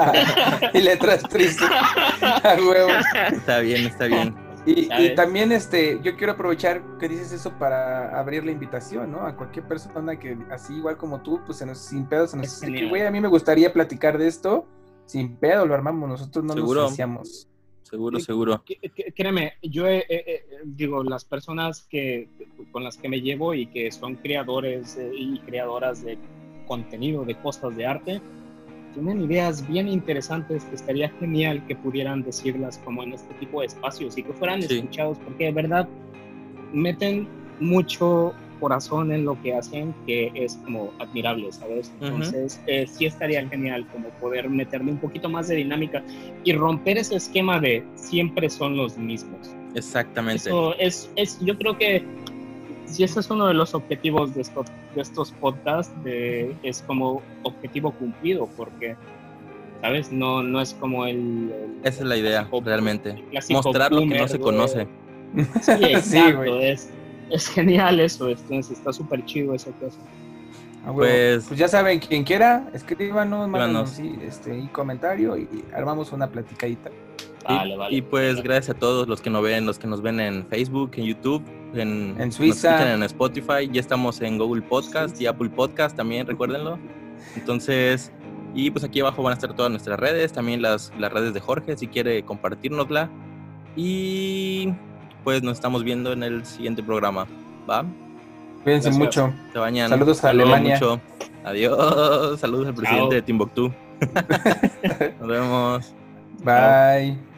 Y letras tristes. A huevo. Está bien. Y también yo quiero aprovechar que dices eso para abrir la invitación, ¿no? A cualquier persona que así igual como tú, pues sin pedo se nos dice que, güey, a mí me gustaría platicar de esto, sin pedo lo armamos, nosotros no nos iniciamos. Seguro. Créeme, yo digo, las personas con las que me llevo y que son creadores y creadoras de contenido, de cosas de arte, tienen ideas bien interesantes que estaría genial que pudieran decirlas como en este tipo de espacios y que fueran escuchados, porque de verdad meten mucho corazón en lo que hacen, que es como admirable, ¿sabes? Entonces sí estaría genial como poder meterle un poquito más de dinámica y romper ese esquema de siempre son los mismos. Exactamente. Eso yo creo que si ese es uno de los objetivos de estos podcasts, es como objetivo cumplido, porque, ¿sabes? No es como esa es la idea, realmente. Mostrar lo que no se conoce. Sí, exacto. Es genial eso, entonces está súper chido esa cosa. Pues ya saben, quien quiera, escríbanos, mándanos un comentario y armamos una platicadita. Vale. Y pues gracias a todos los que nos ven en Facebook, en YouTube, en Suiza, nos escuchan en Spotify, ya estamos en Google Podcast y Apple Podcast también, recuérdenlo. Entonces, y pues aquí abajo van a estar todas nuestras redes, también las redes de Jorge, si quiere compartirnosla. Y pues nos estamos viendo en el siguiente programa, ¿va? Cuídense mucho. Se bañan. Saludos a Alemania. Mucho. Adiós. Saludos al presidente de Timbuktu. Nos vemos. Bye.